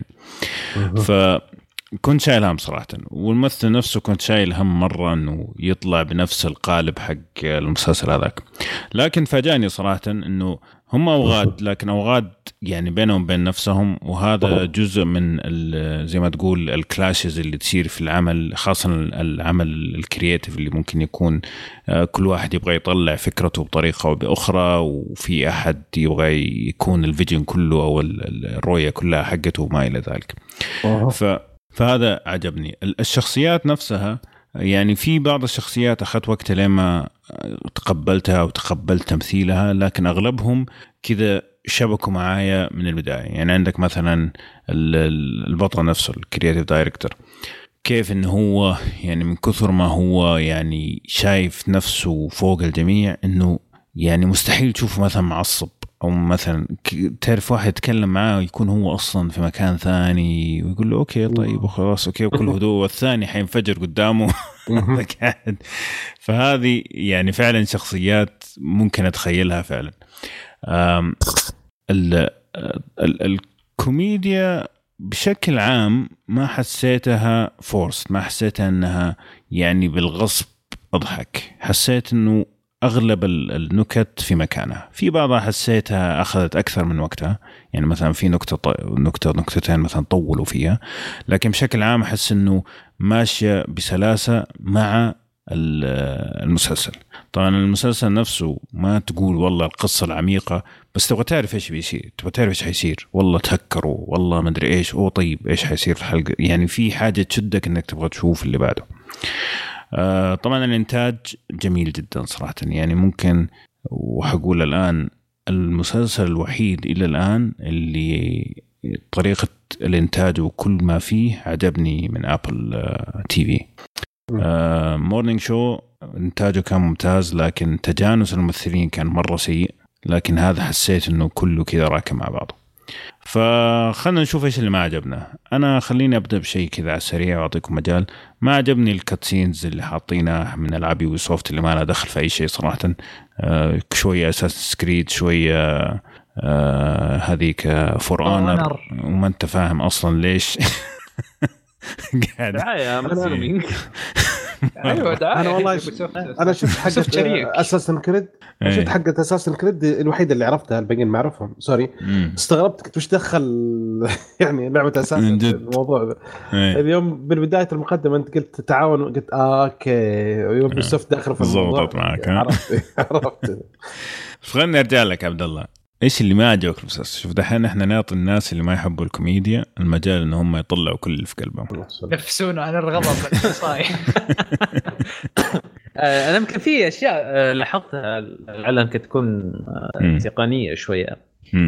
كنت شايل هم صراحة، والممثل نفسه كنت شايل هم مرة أنه يطلع بنفس القالب حق المسلسل هذاك. لكن فاجأني صراحة أنه هم أوغاد، لكن أوغاد يعني بينهم بين نفسهم، وهذا جزء من زي ما تقول الكلاشز اللي تصير في العمل، خاصة العمل الكرياتيف اللي ممكن يكون كل واحد يبغى يطلع فكرته بطريقة أو بأخرى، وفي أحد يبغى يكون الفيجن كله أو الرؤية كلها حقته وما إلى ذلك. فهذا عجبني. الشخصيات نفسها يعني في بعض الشخصيات أخذت وقت لما تقبلتها وتقبلت تمثيلها، لكن أغلبهم كذا شبكوا معايا من البداية. يعني عندك مثلا البطل نفسه الكرياتيف دايركتور، كيف إنه هو يعني من كثر ما هو يعني شايف نفسه فوق الجميع، إنه يعني مستحيل تشوفه مثلا معصب، أو مثلا تعرف واحد يتكلم معاه يكون هو أصلا في مكان ثاني ويقول له أوكي طيب وخلاص أوكي وكل هدوء، والثاني حينفجر قدامه. فهذه يعني فعلا شخصيات ممكن أتخيلها فعلا. الكوميديا بشكل عام ما حسيتها فورس، ما حسيتها أنها يعني بالغصب أضحك، حسيت أنه أغلب النكت في مكانها. في بعضها حسيتها أخذت أكثر من وقتها، يعني مثلا في نكتتين مثلا طولوا فيها، لكن بشكل عام أحس أنه ماشية بسلاسة مع المسلسل. طبعا المسلسل نفسه ما تقول والله القصة العميقة، بس تبغى تعرف إيش بيصير، تبغى تعرف إيش حيصير، والله تهكروا والله ما أدري إيش، أو طيب إيش حيصير في الحلقة، يعني في حاجة تشدك إنك تبغى تشوف اللي بعده. طبعا الانتاج جميل جدا صراحة، يعني ممكن وحقول الآن المسلسل الوحيد إلى الآن اللي طريقة الانتاج وكل ما فيه عجبني من أبل تي في. مورنينج شو انتاجه كان ممتاز، لكن تجانس الممثلين كان مرة سيء، لكن هذا حسيت انه كله كذا راكب مع بعضه. فخلنا نشوف ايش اللي ما عجبنا. انا خليني ابدا بشيء كذا على السريع واعطيكم مجال. ما عجبني الكاتسينز اللي حاطينها من العاب يوبي سوفت اللي ما لها دخل في اي شيء صراحه. شويه اساس كريد، شويه هذيك فور اونر، وما انت فاهم اصلا ليش. قاعد دعايه مسلمين. ايوه دعايه. انا والله انا شفت حق اساسن كريد، شفت حق اساسن كريد الوحيده اللي عرفتها، الباقيين ما اعرفهم سوري. استغربت قلت وش دخل يعني لعبه اساسن الموضوع. اليوم بالبدايه المقدمه انت قلت تعاون، قلت اوكي يوبي سوفت داخل في الموضوع. ضبطت معك. عرفت. خلينا نرجع لك عبد الله، ايش اللي ما عجبك المسلسل؟ شوف دحين احنا نعطي الناس اللي ما يحبوا الكوميديا المجال ان هم يطلعوا كل اللي في قلبهم، يفسون عن الغضب الصايح. انا يمكن في اشياء لاحظتها لعلها تكون تقنيه شويه.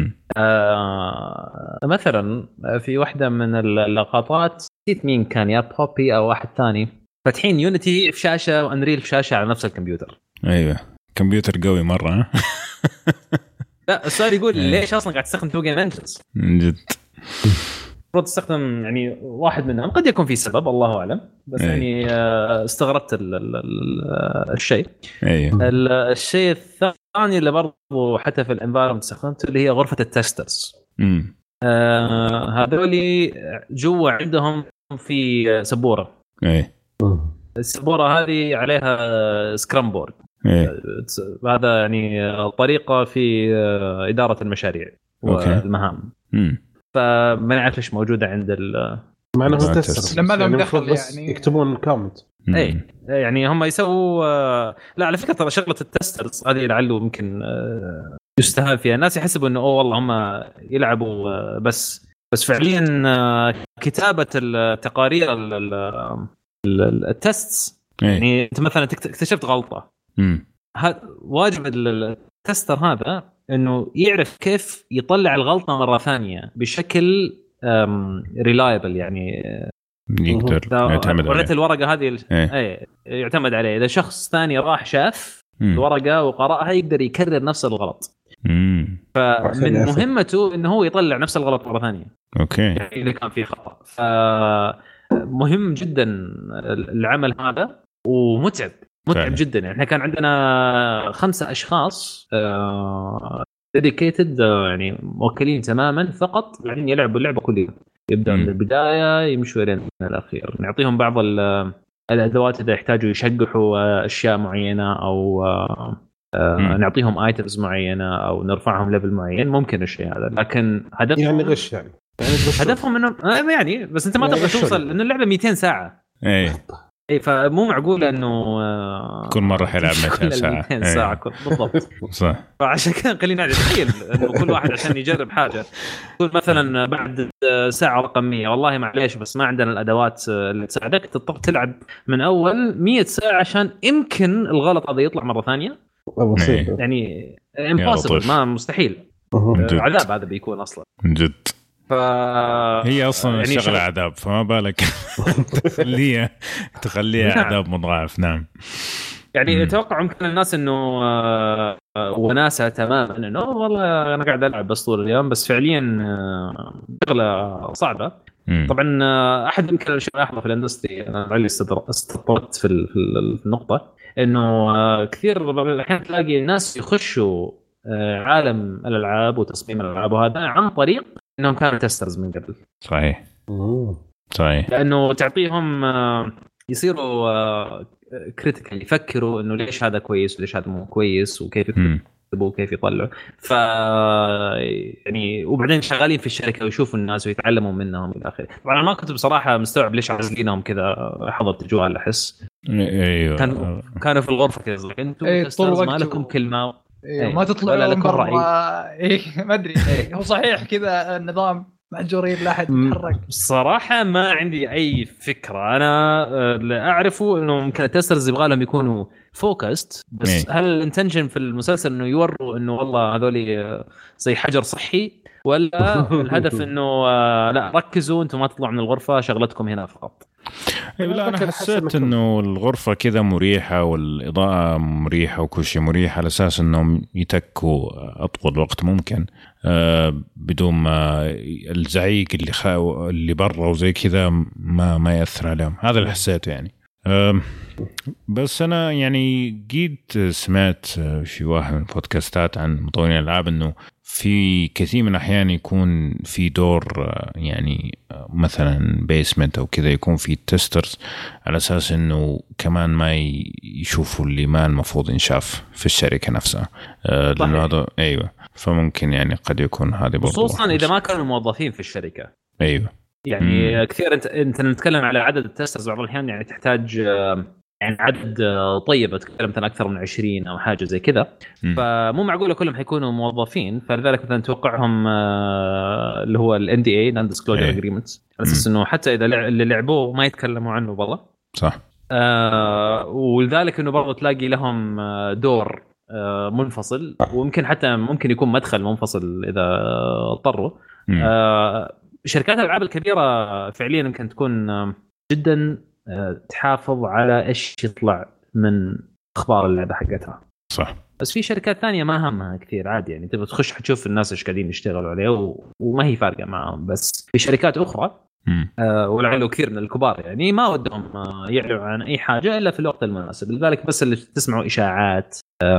مثلا في واحده من اللقطات نسيت مين كان، يا بوبي او واحد ثاني، فاتحين يونيتي في شاشه وانريل في شاشه على نفس الكمبيوتر. ايوه كمبيوتر قوي مره. لا السؤال يقول ليش اصلا قاعد تستخدم تو جيم انجنز؟ جد المفروض تستخدم يعني واحد منهم، قد يكون في سبب الله اعلم، بس يعني استغربت الشيء. الشيء الثاني اللي برضو حتى في الانفايرمنت استخدمته اللي هي غرفه التسترز. هذولي جوا عندهم في سبوره. السبوره هذه عليها سكرام بورد. هذا يعني طريقة في إدارة المشاريع والمهام. فما نعرف إيش موجودة عند معناه تستر لما لهم دخل يعني يكتبون كومنت. اي يعني هم يسووا لا على فكره ترى شغله التسترز هذه لعله ممكن يستهان فيها الناس، يحسبوا انه والله هم يلعبوا بس فعليا كتابه التقارير التستس يعني انت مثلا اكتشفت غلطه، واجب التستر هذا انه يعرف كيف يطلع الغلطه مره ثانيه بشكل ريلايبل، يعني يقدر يعتمد عليه. وريت الورقه هذه اي يعتمد عليه. اذا شخص ثاني راح شاف الورقه وقراها يقدر يكرر نفس الغلط. فمن مهمته انه هو يطلع نفس الغلط مره ثانيه. اوكي يعني اذا كان في خطا، فمهم جدا العمل هذا ومتعب فعلا. جدا يعني احنا كان عندنا 5 اشخاص ديديكيتد يعني موكلين تماما فقط، بعدين يلعبوا اللعبه كل يوم، يبدأ من البدايه يمشوا لين الاخير. نعطيهم بعض الادوات اذا يحتاجوا يشقحوا اشياء معينه، او نعطيهم ايتمز معينه، او نرفعهم ليفل معين، ممكن الشيء هذا. لكن هدفهم يعني غش، يعني هدفهم انه يعني بس انت ما تقدر توصل لانه اللعبه 200 ساعه. اي فمو معقول انه كل مره حيلعب 200 ساعه 200 ساعه بالضبط. صح. فعشان كذا خلينا نتخيل انه كل واحد عشان يجرب حاجه يقول مثلا بعد ساعه رقميه والله معليش بس ما عندنا الادوات اللي تساعدك، تضطر تلعب من اول 100 ساعه عشان يمكن الغلط هذا يطلع مره ثانيه. يعني امبوسيبل، ما مستحيل. عذاب هذا بيكون اصلا جد. هي اصلا يعني شغله عذاب، فما بالك تخليها عذاب مضاعف. نعم يعني اتوقع ممكن الناس انه وناسه تماما انه والله انا قاعد العب بس طول اليوم، بس فعليا شغله صعبه. طبعا احد يمكن الاشياء الاحظى في الاندستري، انا علي استطرت في النقطه انه كثير الحين تلاقي الناس يخشوا عالم الالعاب وتصميم الالعاب وهذا عن طريق انهم كانوا تسترز من قبل. صحيح صحيح، لانه تعطيهم يصيروا كريتيكال، يفكروا انه ليش هذا كويس وليش هذا مو كويس، وكيف يكتبوا وكيف يطلعوا. ف يعني وبعدين شغالين في الشركه ويشوفوا الناس ويتعلموا منهم الى اخره. طبعا انا ما كنت بصراحه مستوعب ليش عازلينهم كذا، حضرت جوال احس. ايوه كانوا في الغرفه كذا، انتم تسترز ما لكم كلمه، ما تطلعوا لكم برا. ما ادري هو صحيح كذا النظام محجورين لا احد يتحرك. صراحه ما عندي اي فكره. انا اللي اعرفه انه ممكن التسترز يبغى لهم يكونوا فوكست، بس هل الانتنشن في المسلسل انه يوروا انه والله هذول زي حجر صحي، ولا الهدف انه لا ركزوا انتم ما تطلعوا من الغرفه، شغلتكم هنا فقط؟ لا أنا حسيت إنه الغرفة كذا مريحة والإضاءة مريحة وكل شيء مريح، على أساس إنهم يتكوا أطول وقت ممكن بدون ما الزعيق اللي برا وزي كذا ما يأثر عليهم. هذا اللي حسيته يعني. بس أنا يعني جيت سمعت في واحد من البودكاستات عن مطورين الألعاب إنه في كثير من الأحيان يكون في دور يعني مثلا بيسمنت أو كذا، يكون في تيسترز على أساس إنه كمان ما يشوفوا اللي ما المفروض ينشاف في الشركة نفسها. لأنه هذا أيوة، فممكن يعني قد يكون هذا برضو، خصوصا إذا ما كانوا موظفين في الشركة. أيوة يعني كثير أنت نتكلم على عدد التيسترز بعض الأحيان يعني تحتاج يعني عدد طيب، اتكلم عن اكثر من 20 او حاجه زي كذا، فمو معقوله كلهم حيكونوا موظفين. فلذلك مثلا توقعهم اللي هو ال NDA non disclosure agreements على اساس انه حتى اذا اللي لعبوه ما يتكلموا عنه والله. صح. ولذلك انه برضه تلاقي لهم دور منفصل، وممكن حتى ممكن يكون مدخل منفصل اذا اضطروا. شركات الالعاب الكبيره فعليا يمكن تكون جدا تحافظ على ايش يطلع من اخبار اللعبه حقتها. صح. بس في شركات ثانيه ما همها كثير، عادي يعني تبغى تخش حتشوف الناس ايش قاعدين يشتغلوا عليه وما هي فارقه معهم. بس في شركات اخرى ولعلوا كثير من الكبار يعني ما ودهم يعلنوا عن اي حاجه الا في الوقت المناسب. لذلك بس اللي تسمعوا اشاعات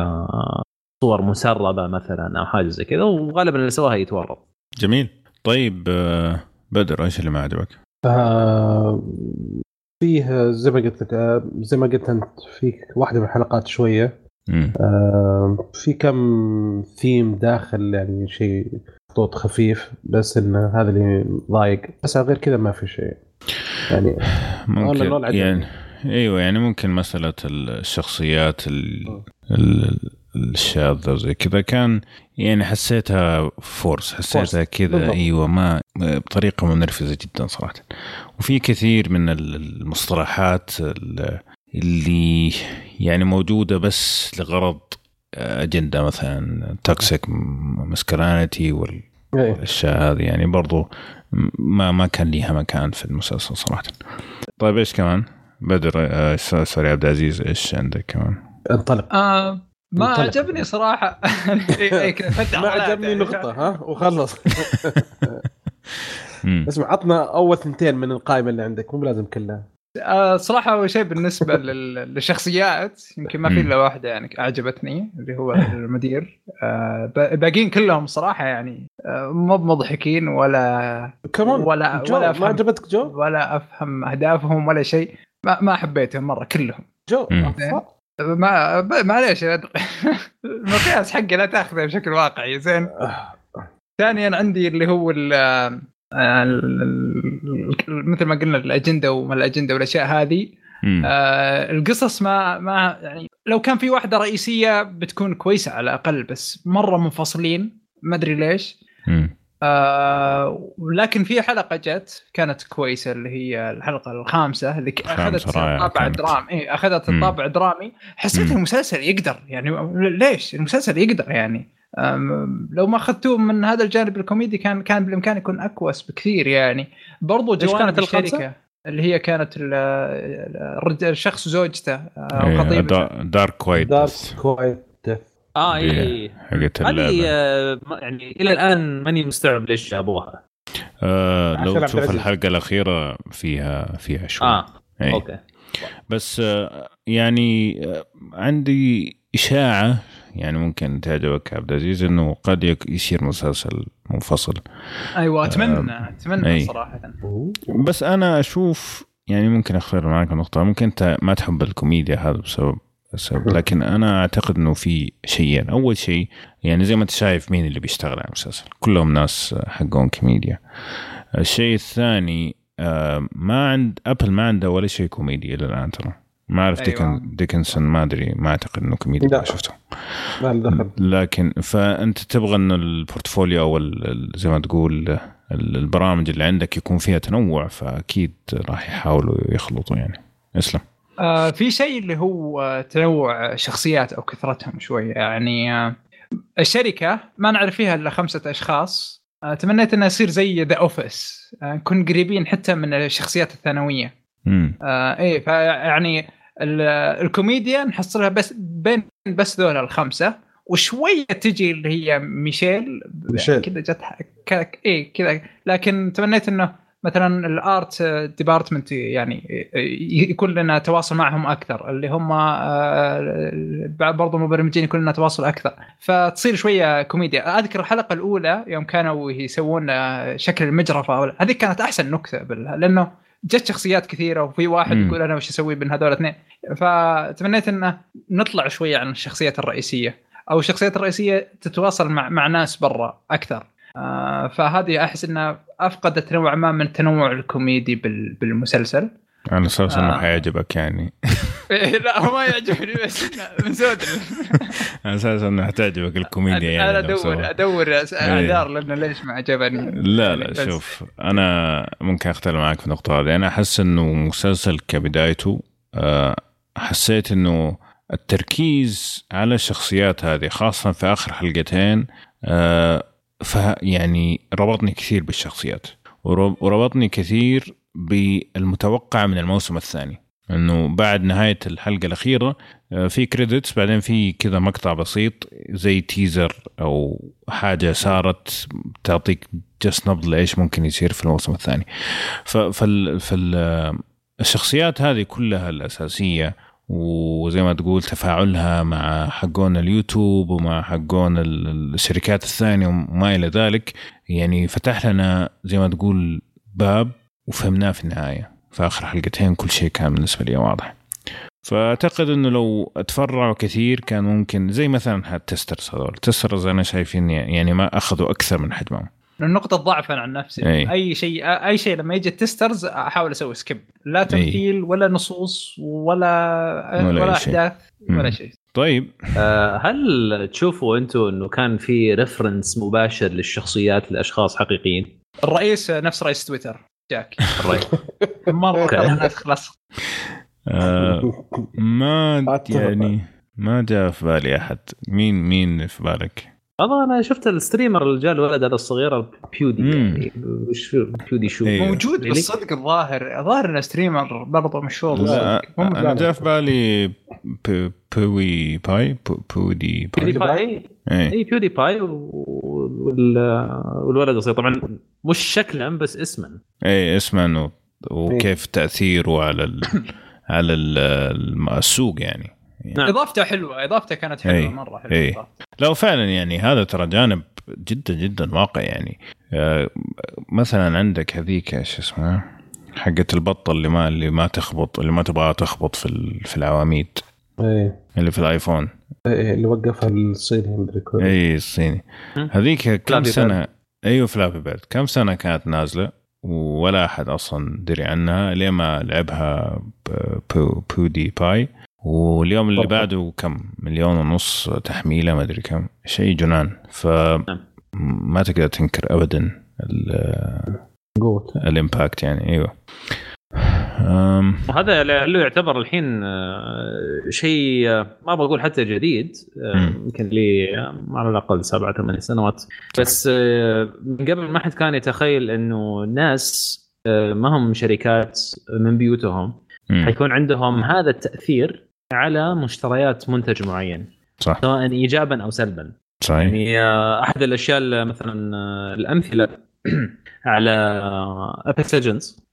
صور مسربه مثلا او حاجه زي كذا، وغالبا اللي سواها يتورط. جميل. طيب بدر ايش اللي ما عجبك؟ فيه زي ما قلت انت في واحده من الحلقات شويه في كم ثيم داخل، يعني شيء خطوط خفيف، بس ان هذا اللي ضايق. بس غير كذا ما في شيء يعني. ممكن ايوه يعني ممكن مسألة الشخصيات الشاذة زي كذا كان يعني حسيتها فورس، حسيتها كذا ايوه ما بطريقة منرفزة جدا صراحة. وفي كثير من المصطلحات اللي يعني موجودة بس لغرض أجندة، مثلا توكسيك ماسكولينيتي والأشياء هذه يعني برضو ما كان ليها مكان في المسلسل صراحة. طيب إيش كمان بدر؟ سوري عبد العزيز، إيش عندك كمان؟ انطلق. ما عجبني صراحة. ما عجبني نقطة ها وخلص. اسمع عطنا أول 2 من القائمة اللي عندك، مو لازم كلها. صراحة أول شيء بالنسبة للشخصيات يمكن ما في إلا واحدة يعني أعجبتني اللي هو المدير. باقين كلهم صراحة يعني مو مضحكين ولا ولا ما عجبتك جو ولا أفهم أهدافهم ولا شيء. ما حبيتهم مرة كلهم. جو معليش المقياس حقي لا تأخذه بشكل واقعي. زين. ثانيا عندي اللي هو مثل ما قلنا الأجندة وما الأجندة والأشياء هذه. القصص ما يعني لو كان في واحدة رئيسية بتكون كويسة على الأقل، بس مرة منفصلين ما أدري ليش. لكن في حلقة جت كانت كويسة اللي هي الحلقة الخامسة اللي أخذت الطابع الدرامي. أخذت الطابع الدرامي. حسيت المسلسل يقدر يعني ليش المسلسل يقدر يعني لو ما أخذتوه من هذا الجانب الكوميدي كان بالإمكان يكون أكوس بكثير يعني. برضو جوانب الشركة اللي هي كانت الشخص زوجته خطيبته دارك كويت اي هذه يعني الى الان ماني مستوعب ليش جابوها. لو تشوف الحلقه الاخيره فيها شوي اوكي. بس يعني عندي اشاعه يعني ممكن تعجبك عبد العزيز انه قد يصير مسلسل منفصل. ايوه اتمنى صراحه. بس انا اشوف يعني ممكن اختار معك نقطه، ممكن انت ما تحب الكوميديا هذا بسبب لكن أنا أعتقد إنه في شيئين. أول شيء يعني زي ما أنت شايف مين اللي بيشتغل على المسلسل، كلهم ناس حقون كوميديا. الشيء الثاني ما عنده ولا شيء كوميدي إلى الآن ترى. ما أعرف ديكنسون ما أدري، ما أعتقد إنه كوميدي ما شفته. لكن فأنت تبغى إنه البورتفوليو أو زي ما تقول البرامج اللي عندك يكون فيها تنوع، فأكيد راح يحاولوا يخلطوا يعني. اسلم. في شيء اللي هو تنوع شخصيات أو كثرتهم شوية يعني. الشركة ما نعرف فيها إلا 5 أشخاص. تمنيت أنها يصير زي ذا أوفيس، نكون قريبين حتى من الشخصيات الثانوية. إيه فيعني الكوميديا نحصلها بس ذولا 5 وشوية تجي اللي هي ميشيل. كذا جت كذا. لكن تمنيت أنه مثلا الارت ديبارتمنت يعني يكون لنا تواصل معهم اكثر، اللي هم برضو مبرمجين يكون لنا تواصل اكثر، فتصير شويه كوميديا. اذكر الحلقه الاولى يوم كانوا يسوون شكل المجرفه، هذه كانت احسن نكته لانه جت شخصيات كثيره وفي واحد يقول انا وش اسوي بين هذول 2. فتمنيت انه نطلع شويه عن الشخصيات الرئيسيه، او الشخصيات الرئيسيه تتواصل مع ناس برا اكثر. فهذه أحس أنها أفقدت نوع ما من التنوع الكوميدي بالمسلسل. أنا أساس أنه حيعجبك يعني. لا ما يعجبني بس من سود. أنا أساس أنه حتعجبك الكوميديا يعني. أنا أدور أعذار لأنه ليش ما عجبني. لا شوف أنا ممكن أختلف معك في النقطة هذه. أنا أحس أنه مسلسل كبدايته حسيت أنه التركيز على الشخصيات هذه خاصة في آخر 2 حلقتين يعني ربطني كثير بالشخصيات، وربطني كثير بالمتوقع من الموسم الثاني. انه بعد نهاية الحلقة الأخيرة في كريديتس، بعدين في كذا مقطع بسيط زي تيزر او حاجة صارت تعطيك جس نبض لإيش ممكن يصير في الموسم الثاني. فالشخصيات هذه كلها الأساسية، وزي ما تقول تفاعلها مع حقون اليوتيوب ومع حقون الشركات الثانية وما إلى ذلك، يعني فتح لنا زي ما تقول باب وفهمناه في النهاية. في آخر 2 حلقتين كل شيء كان بالنسبة لي واضح. فأعتقد أنه لو أتفرعوا كثير كان ممكن زي مثلا التسترز هذول. التسترز أنا شايفين يعني ما أخذوا أكثر من حجمهم. النقطة ضعف عن نفسي. أي شيء لما يجي التسترز أحاول أسوي سكيب، لا تمثيل ولا نصوص ولا أحداث ولا شيء. طيب هل تشوفوا أنتوا إنه كان في ريفرنس مباشر للشخصيات لأشخاص حقيقيين؟ الرئيس نفس رئيس تويتر جاك الرئيس مرة خلاص. ما يعني ما جاء في بالي أحد. مين في بالك؟ أنا شفت الستريمر اللي جاء الولد هذا الصغير بيودي يعني وش بيودي شو موجود بالصدق الظاهر إنه ستريمر برضه مشهور. أنا جاء في بالي بودي باي اي بيودي باي والولد الصغير طبعا مش شكلا بس اسما اسما وكيف تأثيره على السوق يعني. نعم. إضافته حلوة، إضافته كانت حلوة مرة حلوة. لو فعلا يعني هذا ترى جانب جدا جدا واقع يعني. مثلا عندك هذيك ايش اسمها حقة البطة اللي ما تخبط، اللي ما تبغى تخبط في العواميد اللي في الايفون اللي وقفها الصيني مدري الصيني هذيك كم سنة. ايوه فلابي بيرد كم سنة كانت نازلة ولا أحد أصلا دري عنها لما لعبها بودي باي، واليوم اللي بعده كم 1.5 مليون تحميلة ما أدري كم شيء جنان. فما تقدر تنكر أبدا الإمباكت يعني. أيوة وهذا اللي يعتبر الحين شيء ما بقول حتى جديد، يمكن لي على الأقل 7-8 سنوات بس. من قبل ما حد كان يتخيل إنه الناس ما هم شركات من بيوتهم حيكون عندهم هذا التأثير على مشتريات منتج معين، صح. سواء إيجابا أو سلبا. صحيح. يعني أحد الأشياء مثلا الأمثلة على أبيكس ليجندز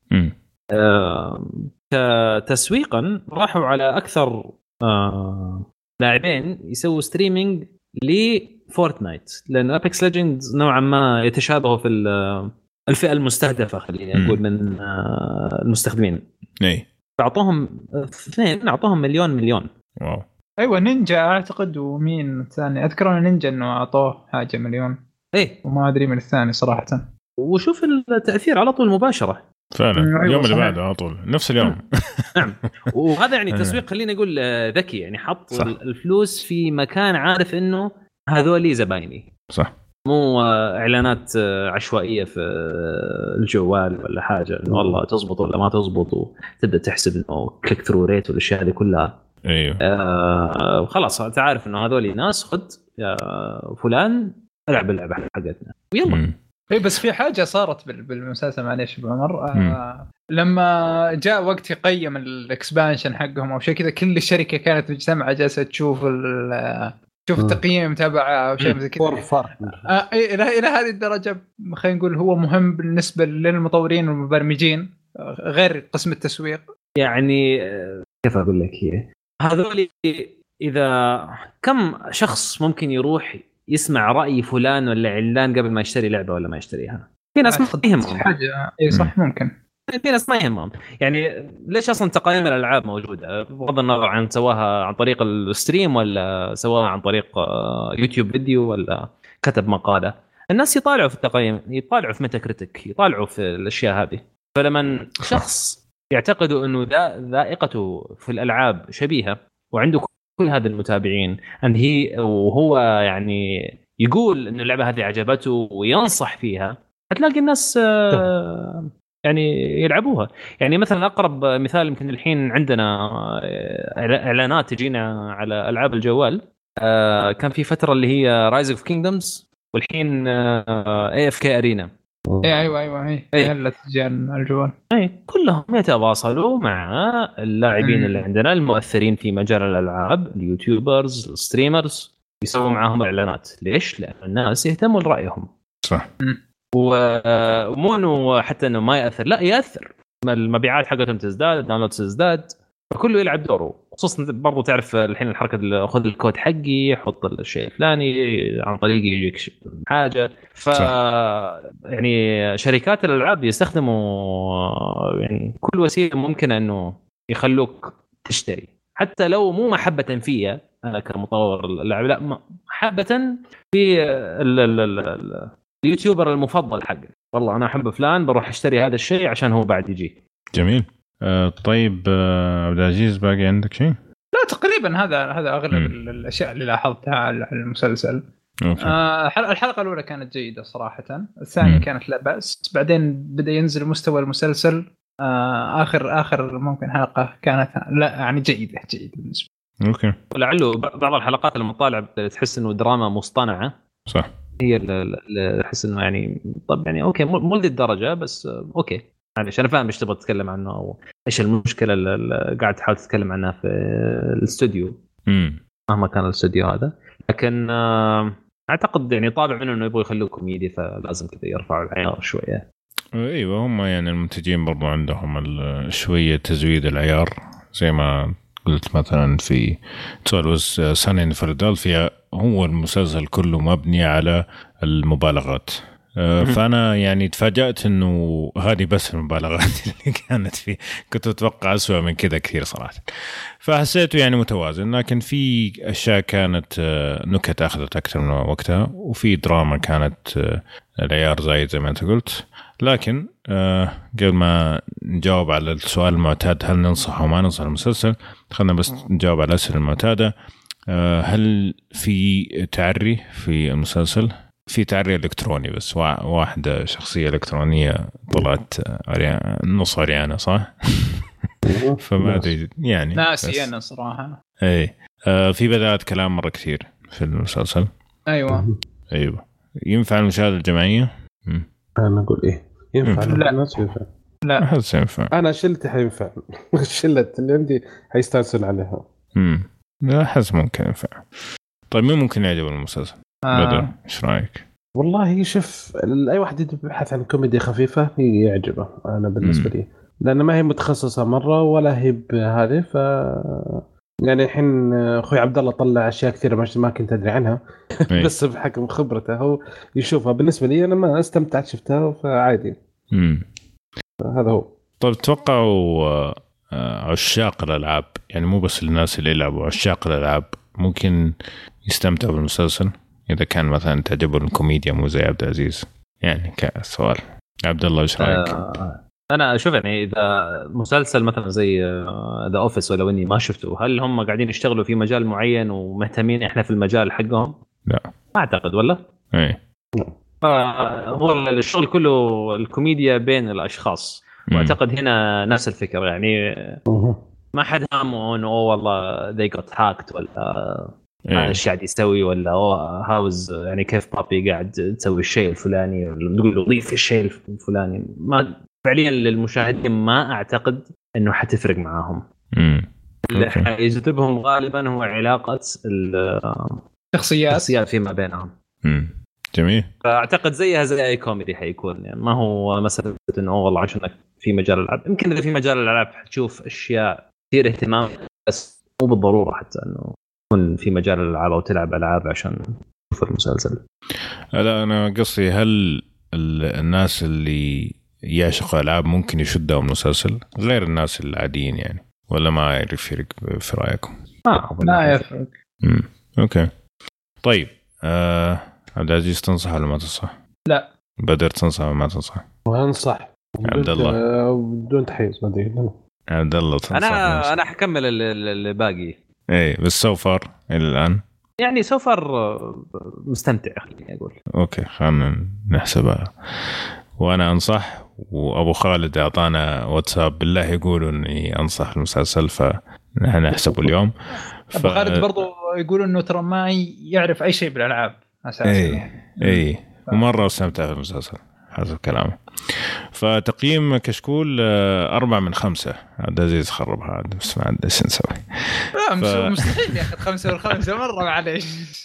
كتسويقا راحوا على أكثر لاعبين يسووا ستريمينج لفورتنايت، لأن أبيكس ليجندز نوعا ما يتشابهوا في الفئة المستهدفة خلينا نقول من المستخدمين. فأعطوهم 2 أعطوهم مليون. واو. أيوة نينجا أعتقد، ومين الثاني أذكر نينجا إنه أعطوه حاجة 1 مليون. وما أدري من الثاني صراحة. وشوف التأثير على طول مباشرة فعلا. اليوم اللي بعده على طول نفس اليوم. نعم. وهذا يعني تسويق خلينا نقول ذكي، يعني حط صح. الفلوس في مكان عارف إنه هذولي زبايني، صح، مو إعلانات عشوائية في الجوال ولا حاجة إنه والله تزبط ولا ما تزبط وتبدأ تحسب إنه كليك ثرو ريت والأشياء هذه كلها. أيوه. خلاص أنت عارف إنه هذولي ناس خد يا فلان العب اللعبة حقتنا ويلا. بس في حاجة صارت بالمسلسل معليش بعمر، لما جاء وقت يقيم الاكسبانشن حقهم أو شيء كذا، كل الشركة كانت مجتمعة جالسة تشوف التقييم تبعه أو شيء زي كذا. إلى هذه الدرجة خلينا نقول هو مهم بالنسبة للمطورين والمبرمجين غير قسم التسويق. يعني كيف أقول لك هي هذول إذا كم شخص ممكن يروح يسمع رأي فلان ولا علان قبل ما يشتري لعبة ولا ما يشتريها؟ في ناس ما يهمهم حاجة. صح ممكن في ناس ما يهمهم. يعني ليش أصلا تقييم الألعاب موجودة بغض النظر عن سواها عن طريق الستريم ولا سواها عن طريق يوتيوب فيديو ولا كتب مقالة؟ الناس يطالعوا في التقييم، يطالعوا في ميتاكريتيك، يطالعوا في الأشياء هذه. فلما شخص يعتقدوا أنه ذائقته في الألعاب شبيهة وعنده كل هذا المتابعين وهو يعني يقول إنه اللعبة هذه عجبته وينصح فيها، هتلاقي الناس يعني يلعبوها. يعني مثلا أقرب مثال يمكن الحين عندنا إعلانات تجينا على ألعاب الجوال، كان في فترة اللي هي Rise of Kingdoms والحين AFK Arena. ايوه هي اللي تجينا الجوال. كلهم يتواصلوا مع اللاعبين اللي عندنا المؤثرين في مجال الألعاب، اليوتيوبرز، الستريمرز، يسووا معاهم إعلانات. ليش؟ لأن الناس يهتموا لرأيهم. صح. ومو انه حتى انه ما ياثر، لا ياثر، المبيعات حقتهم تزداد، الداونلود تزداد، فكله يلعب دوره. خصوصا برضو تعرف الحين الحركه خذ الكود حقي حط الشيء الفلاني عن طريق يجيك حاجه. يعني شركات الالعاب يستخدموا يعني كل وسيله ممكنه انه يخلوك تشتري، حتى لو مو محبه فيا انا كمطور اللعب، لا محبه في اليوتيوبر المفضل حقي، والله انا احب فلان بروح اشتري هذا الشيء عشان هو بعد يجي. جميل. طيب عبد العزيز باقي عندك شيء؟ لا تقريبا هذا اغلب الاشياء اللي لاحظتها على المسلسل. الحلقه الاولى كانت جيده صراحه، الثانيه كانت لا باس، بعدين بدا ينزل مستوى المسلسل. اخر ممكن حلقه كانت لا يعني جيده بالنسبه. اوكي. ولعله بعض الحلقات المطالع تحس انه دراما مصطنعه. صح. هي اللي احس انه يعني طب يعني اوكي مو لهذه الدرجه بس اوكي معلش انا فاهم ايش تبغى تتكلم عنه او ايش المشكله اللي قاعد تحاول تتكلم عنها في الاستوديو مهما كان الاستوديو هذا. لكن اعتقد يعني طابع منه انه يبغوا يخلوه كوميدي، فلازم كذا يرفعوا العيار شويه. ايوه هم يعني المنتجين برضو عندهم شويه تزويد العيار، زي ما قلت مثلا في 12 سنة في فيلادلفيا هو المسلسل كله مبني على المبالغات. فأنا يعني تفاجأت إنه هذه بس المبالغات اللي كانت فيه، كنت أتوقع أسوأ من كذا كثير صراحة. فحسيته يعني متوازن، لكن في أشياء كانت نكت أخذت أكثر من وقتها، وفي دراما كانت العيار زايد زي ما أنت قلت. لكن قبل ما نجاوب على السؤال المعتاد هل ننصح أو ما ننصح المسلسل، خلنا بس نجاوب على الأسئلة المعتادة. هل في تعري في المسلسل؟ في تعري إلكتروني بس، واحدة شخصية إلكترونية طلعت نص عريانة صح؟ فما أدري يعني ناسي أنا صراحة. أي في بدأت كلام مرة كثير في المسلسل. أيوة ينفع المشاهدة الجماعية؟ أنا أقول إيه ينفع؟ لا أحس ينفع. أنا شلتي حينفع شلت اللي عندي حيستانسون عليها. لا أحس ممكن ينفع. طيب مين ممكن يعجب المسلسل؟ بدر إيش رأيك؟ والله شوف أي واحد يبحث عن كوميديا خفيفة يعجبه. أنا بالنسبة لي لأن ما هي متخصصة مرة ولا هي بهذه، ف يعني الحين أخوي عبد الله طلع أشياء كثيرة ما كنت أدري عنها بس بحكم خبرته هو يشوفها. بالنسبة لي أنا ما استمتعت شفتها فعادي. هذا هو. طيب توقعوا عشاق الألعاب، يعني مو بس الناس اللي يلعبوا، عشاق الألعاب ممكن يستمتعوا بالمسلسل إذا كان مثلا تعجبوا الكوميديا مو زي عبد العزيز؟ يعني كسؤال عبد الله إيش رأيك؟ أنا أشوف يعني إذا مسلسل مثلا زي ذا أوفيس ولو إني ما شفته، هل هم قاعدين يشتغلوا في مجال معين ومهتمين إحنا في المجال حقهم؟ لا ما أعتقد ولا؟ إيه. هو الشغل كله الكوميديا بين الأشخاص، واعتقد هنا نفس الفكرة يعني ما حد هامه انه والله they got hacked ولا ايش قاعد يسوي ولا هاوز يعني كيف بابي قاعد تسوي الشيء الفلاني ولا نقول له ضيف الشيء الفلاني. ما فعليا للمشاهدين ما اعتقد انه حتفرق معاهم. اللي حيجذبهم غالبا هو علاقة الشخصيات فيما بينهم. جميل. فاعتقد زيها زي اي كوميدي حيكون، يعني ما هو مسألة انه والله عشانك في مجال الالعاب. يمكن اذا في مجال الالعاب حتشوف اشياء كثير اهتمام، بس مو بالضروره حتى انه تكون في مجال الالعاب او تلعب العاب عشان تشوف المسلسل. لا انا قصدي هل الناس اللي يعشقوا العاب ممكن يشدوا المسلسل غير الناس العاديين يعني، ولا ما يفرق في رايكم؟ لا يفرق. اوكي طيب عبد العزيز تنصح ولا ما تنصح؟ لا. بدر تنصح ولا ما تنصح؟ وانصح عبد الله بدون تحيز ما ادري. عبد الله تنصح؟ انا حكمل اللي باقي. ايه بس سوفر الى الان يعني سوفر مستمتع خليني اقول. اوكي خلينا نحسبها. وانا انصح، وابو خالد اعطانا واتساب بالله يقولوا اني انصح المسلسل، فنحن نحسبه اليوم. ابو خالد برضو يقول انه ترى ما يعرف اي شيء بالالعاب اساسا. اي ومره استمتع في المسلسل حسب كلامه. فتقييم كشكول 4 من 5. عبد العزيز خرب هذا بس ما عندي ايش نسوي. لا مستحيل ياخذ 5 و5 مره معليش.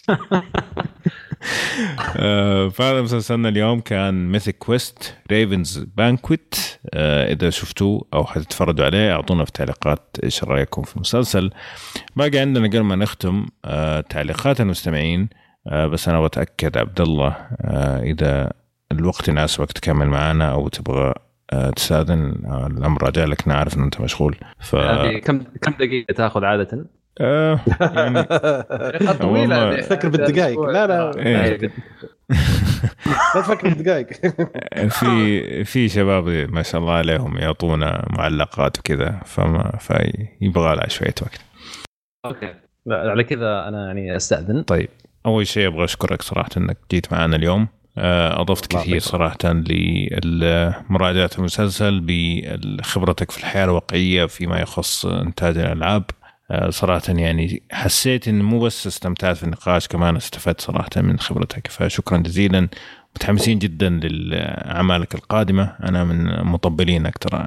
فهذا مسلسلنا اليوم كان ميثيك كويست ريفنز بانكويت. إذا شفتوه أو حتتفرجوا عليه أعطونا في تعليقات إيش رأيكم في المسلسل. باقي عندنا قبل ما نختم تعليقات المستمعين، بس أنا بتأكد عبد الله إذا الوقت يناسبك تكمل معنا أو تبغى تستأذن الأمر راجع لك، نعرف إنه أنت مشغول. كم دقيقة تأخذ عادة؟ يعني طويلة فكر بالدقائق. لا لا تفكر دقائق. في شباب ما شاء الله عليهم يعطونا معلقات وكذا، فيبغى لها شويه وقت. اوكي على كذا انا يعني استاذن. طيب اول شيء ابغى اشكرك صراحه انك جيت معنا اليوم. اضفت كثير صراحه لمراجعه المسلسل بخبرتك في الحياه الواقعيه فيما يخص انتاج الالعاب. صراحه يعني حسيت ان مو بس استمتعت في النقاش، كمان استفدت صراحه من خبرتك، فشكرا جزيلا. متحمسين جدا لأعمالك القادمة، أنا من مطبلينك ترى.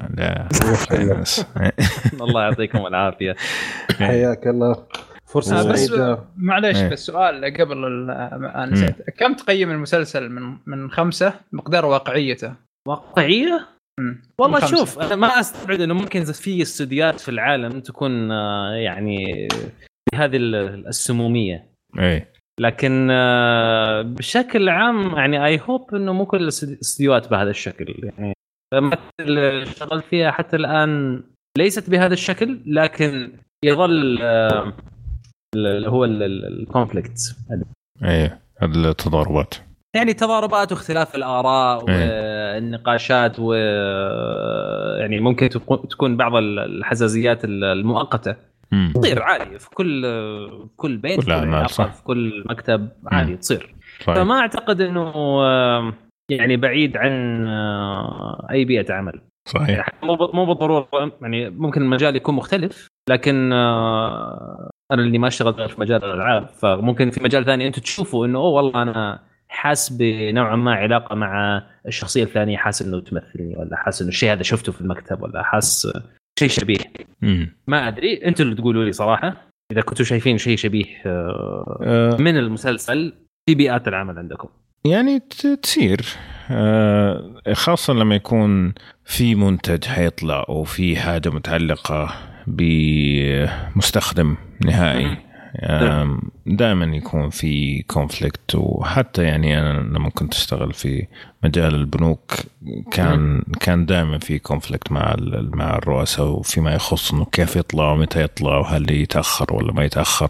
الله يعطيكم العافية. حياك الله، فرصة سعيدة. معليش بس سؤال قبل نسيت، كم تقيم المسلسل من 5 مقدار واقعيته؟ واقعية؟ والله شوف أنا ما أستبعد إنه ممكن في استوديوهات في العالم تكون يعني بهذه السمومية، لكن بشكل عام يعني اي هوب انه مو كل الاستديوهات بهذا الشكل. يعني اللي اشتغلت فيها حتى الان ليست بهذا الشكل، لكن يظل اللي هو الكونفليكت، التضاربات، يعني تضاربات واختلاف الاراء والنقاشات، ويعني ممكن تكون بعض الحساسيات المؤقته تصير عادي في كل بيت، في كل مكتب عادي تصير. فما اعتقد انه يعني بعيد عن اي بيئه عمل. صحيح. يعني مو بالضروره، يعني ممكن المجال يكون مختلف، لكن انا اللي ما اشتغلت في مجال الالعاب، فممكن في مجال ثاني انتم تشوفوا انه والله انا حاس بنوعا ما علاقه مع الشخصيه الفلانيه، حاس انه تمثلني، ولا حاس انه الشيء هذا شفته في المكتب، ولا حاس شيء شبيه. ما أدري، أنتوا اللي تقولوا لي صراحة إذا كنتوا شايفين شيء شبيه من المسلسل في بيئات العمل عندكم. يعني تصير خاصة لما يكون في منتج حيطلع أو في حاجة متعلقة بمستخدم نهائي، دائما يكون في كونفليكت. وحتى يعني أنا لما كنت أشتغل في مجال البنوك كان دائما في كونفليكت مع الرؤساء، وفيما يخص إنه كيف يطلع ومتى يطلع وهل يتأخر ولا ما يتأخر.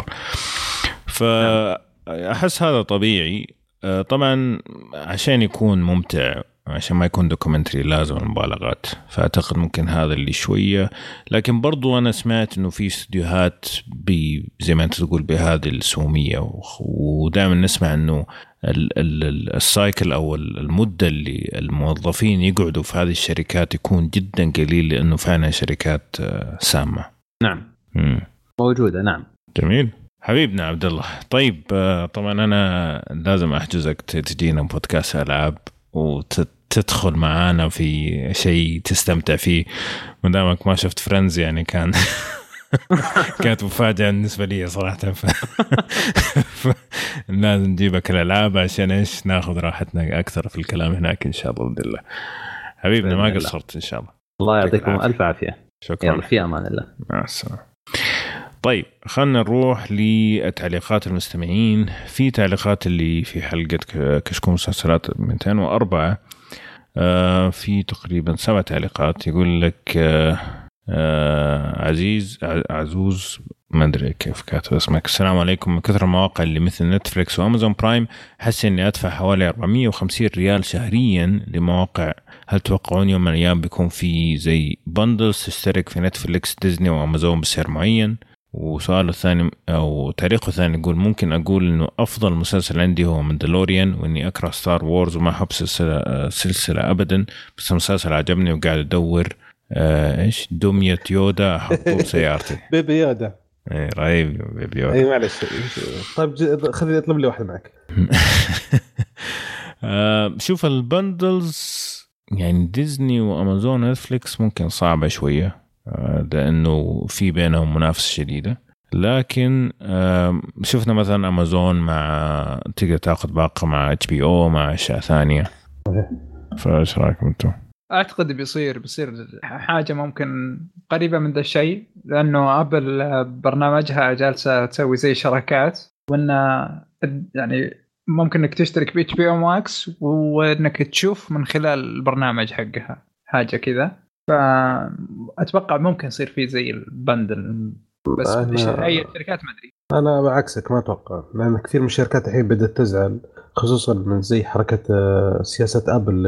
فأحس هذا طبيعي. طبعا عشان يكون ممتع، عشان ما يكون دوكيومنتري لازم المبالغات، فأعتقد ممكن هذا اللي شوية. لكن برضو أنا سمعت إنه في استديوهات زي ما أنت تقول بهذه السومية، ودائما نسمع إنه السايكل أو المدة اللي الموظفين يقعدوا في هذه الشركات يكون جدا قليل، لأنه فعلا شركات سامة. نعم موجودة. نعم جميل حبيبنا عبد الله. طيب طبعا أنا لازم أحجزك تجينا بودكاست ألعاب وتدخل معانا في شيء تستمتع فيه، مدامك ما شفت فريندز يعني كانت مفاجأة بالنسبة لي صراحة. لازم نجيبك الألعاب عشان إيش ناخذ راحتنا أكثر في الكلام هناك إن شاء الله بإذن الله. حبيبنا ما قصرت إن شاء الله. الله يعطيكم ألف عافية. شكرا. يلا في أمان الله. مع السلامة. طيب خلنا نروح لتعليقات المستمعين. في تعليقات اللي في حلقة كشكول مسلسلات 204 في تقريبا 7 تعليقات. يقول لك عزوز ما أدري كيف كاتب اسمك. السلام عليكم. من كثر المواقع اللي مثل نتفليكس وأمازون برايم حس إني أدفع حوالي 450 ريال شهريا لمواقع. هل توقعون يوم من الأيام بيكون في زي بندلز تشترك في نتفليكس ديزني وأمازون بسعر معين؟ وسؤاله الثاني أو تاريخه الثاني يقول ممكن أقول إنه أفضل مسلسل عندي هو ماندلوريان، وإني أكره ستار وورز وما أحب سلسلة أبدا، بس المسلسل عجبني وقاعد أدور إيش دمية يودا أحطه بسيارتي. بيبي يودا. إيه رهيب بيبي يودا. أي معلش. طيب خليني أطلب لي واحد معك. شوف البندلز يعني ديزني وأمازون نتفليكس ممكن صعبة شوية، لأنه في بينهم منافسة شديدة. لكن شفنا مثلا أمازون مع تقدر تأخذ باقة مع HBO مع أشياء ثانية. فايش رأيكم أنتم؟ أعتقد بيصير حاجة ممكن قريبة من ذا الشيء، لأنه أبل برنامجها جالسة تسوي زي شراكات، وإن يعني ممكن إنك تشترك ب HBO Max وإنك تشوف من خلال البرنامج حقها حاجة كذا. فأتوقع ممكن يصير فيه زي البندل، بس أي الشركات ما أدري. أنا بعكسك ما أتوقع، لأن كثير من الشركات الحين بدأت تزعل، خصوصا من زي حركة سياسة أبل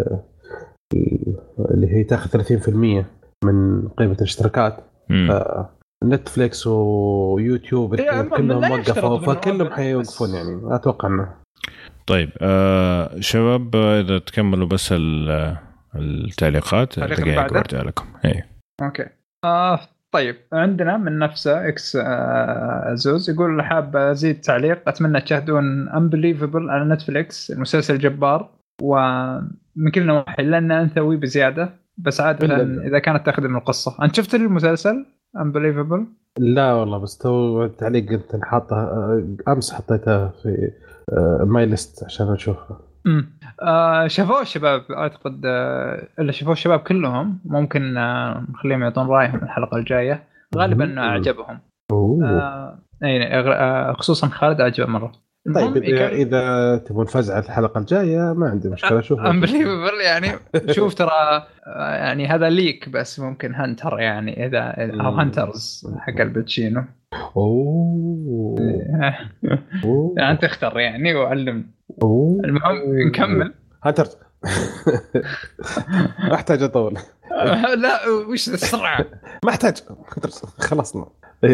اللي هي تاخذ 30% من قيمة الاشتراكات. نتفليكس ويوتيوب كلهم وقفوا، فكلهم حيوقفون يعني أتوقع إنه. طيب شباب إذا تكملوا بس التعليقات دقيقة برجع لكم. أوكي. طيب عندنا من نفسه إكس زوز يقول حاب أزيد تعليق، أتمنى تشاهدون Unbelievable على نتفليكس، المسلسل جبار ومن كل نواحي لأنه أنثوي بزيادة، بس عادة إذا كانت تأخذ من القصة. أنت شفت المسلسل Unbelievable؟ لا والله، بس تو التعليق قلت نحطه أمس، حطيته في ماي ليست عشان أشوفه. شافوه الشباب أعتقد، اللي شافوه الشباب كلهم ممكن نخليهم يعطون رأيهم الحلقة الجاية، غالبا أعجبهم. خصوصا خالد أعجبه مرة. طيب إذا تبون فزع الحلقة الجاية ما عندي مشكلة أشوفه. Unbelievable يعني شوف ترى يعني هذا ليك، بس ممكن هانتر يعني إذا أو هانترز حق الباتشينو. يعني أنت اختار يعني وعلم. المهم نكمل. هانتر ما احتاج أطول. لا وش السرعة ما احتاج خلصنا.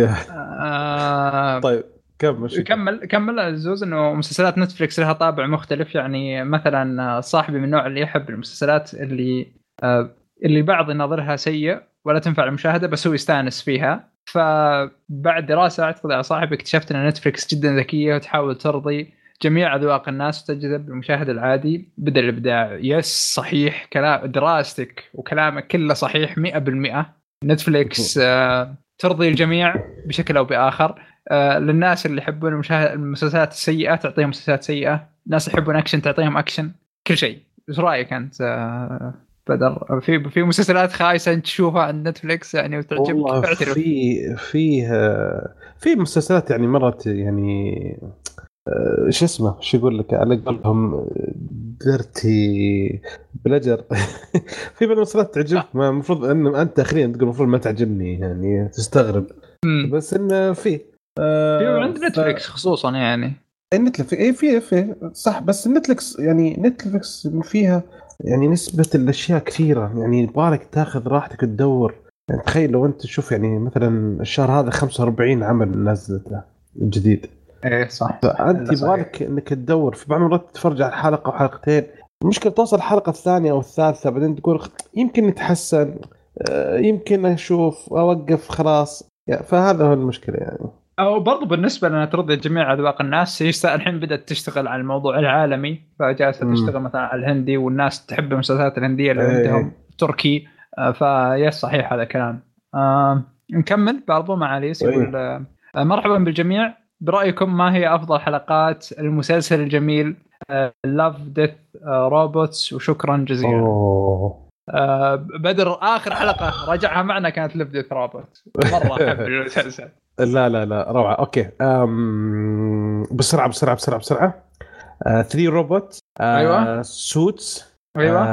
طيب كمل الزوز انه مسلسلات نتفليكس لها طابع مختلف. يعني مثلا صاحبي من النوع اللي يحب المسلسلات اللي بعض يناظرها سيء ولا تنفع المشاهده، بس هو يستانس فيها. فبعد دراسه اعتقد على صاحبي اكتشفت ان نتفليكس جدا ذكيه وتحاول ترضي جميع اذواق الناس وتجذب المشاهد العادي. بدا الابداع. يس صحيح، كلام دراستك وكلامك كله صحيح 100%. نتفليكس ترضي الجميع بشكل او باخر. للناس اللي يحبون المسلسلات السيئة تعطيهم مسلسلات سيئة، الناس يحبون أكشن تعطيهم أكشن، كل شيء. إيش رأيك أنت بدر في مسلسلات خايسة أنت تشوفها عند نتفليكس يعني وتعجبك؟ في مسلسلات يعني مرت يعني شو اسمه شو يقول لك على قلبهم درتي بلجر. في مسلسلات تعجبك ما المفروض ان انت اخيرا تقول المفروض ما تعجبني يعني تستغرب. بس انه في عند نتفليكس خصوصا يعني نتفليكس في صح. بس نتفليكس يعني نتفليكس فيها يعني نسبة الاشياء كثيرة، يعني يبغالك تاخذ راحتك تدور. يعني تخيل لو انت تشوف يعني مثلا الشهر هذا 45 عمل نزلته جديد. ايه صح. فانت يبغالك انك تدور، في بعض المرات تتفرج على حلقة او حلقتين، المشكلة توصل الحلقة الثانية او الثالثة بعدين تقول يمكن نتحسن، يمكن اشوف اوقف خلاص. فهذا هو المشكلة يعني. أو برضو بالنسبة لنا ترضي جميع أذواق الناس. هي الحين بدأت تشتغل على الموضوع العالمي، فجالسة تشتغل مثلا على الهندي، والناس تحب المسلسلات الهندية اللي عندهم تركي. فيس صحيح هذا كلام. نكمل برضو مع عليس يقول مرحبا بالجميع، برأيكم ما هي أفضل حلقات المسلسل الجميل Love Death Robots؟ وشكرا جزيلا. بدر آخر حلقة راجعها معنا كانت Love Death Robots، مرة أحب المسلسل. لا روعة. أوكي بسرعة 3 روبوت. أيوة. سوتس. أيوة.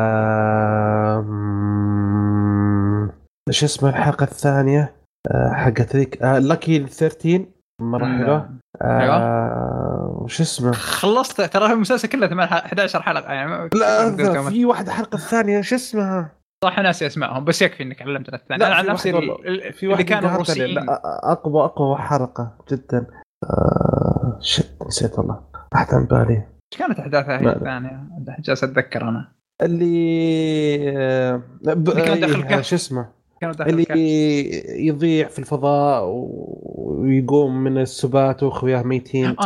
إيش اسمه الحلقة الثانية حقت ذيك لاكي 13 مرة حلوة. وش اسمه خلصت ترى المسلسل كله 11 حلقة يعني. لا في واحدة حلقة الثانية شو اسمها صح ناسي اسمائهم، بس يكفي انك علمتنا الثاني. انا عن نفسي اللي كانوا روسيين اقوى حلقة جدا. نسيت والله راحت عن بالي. ايش كانت احداثها هي الثانية؟ جالس اتذكر انا اللي كان داخل الكهف. شو اسمه اللي يضيع في الفضاء ويقوم من السبات واخوياه ميتين.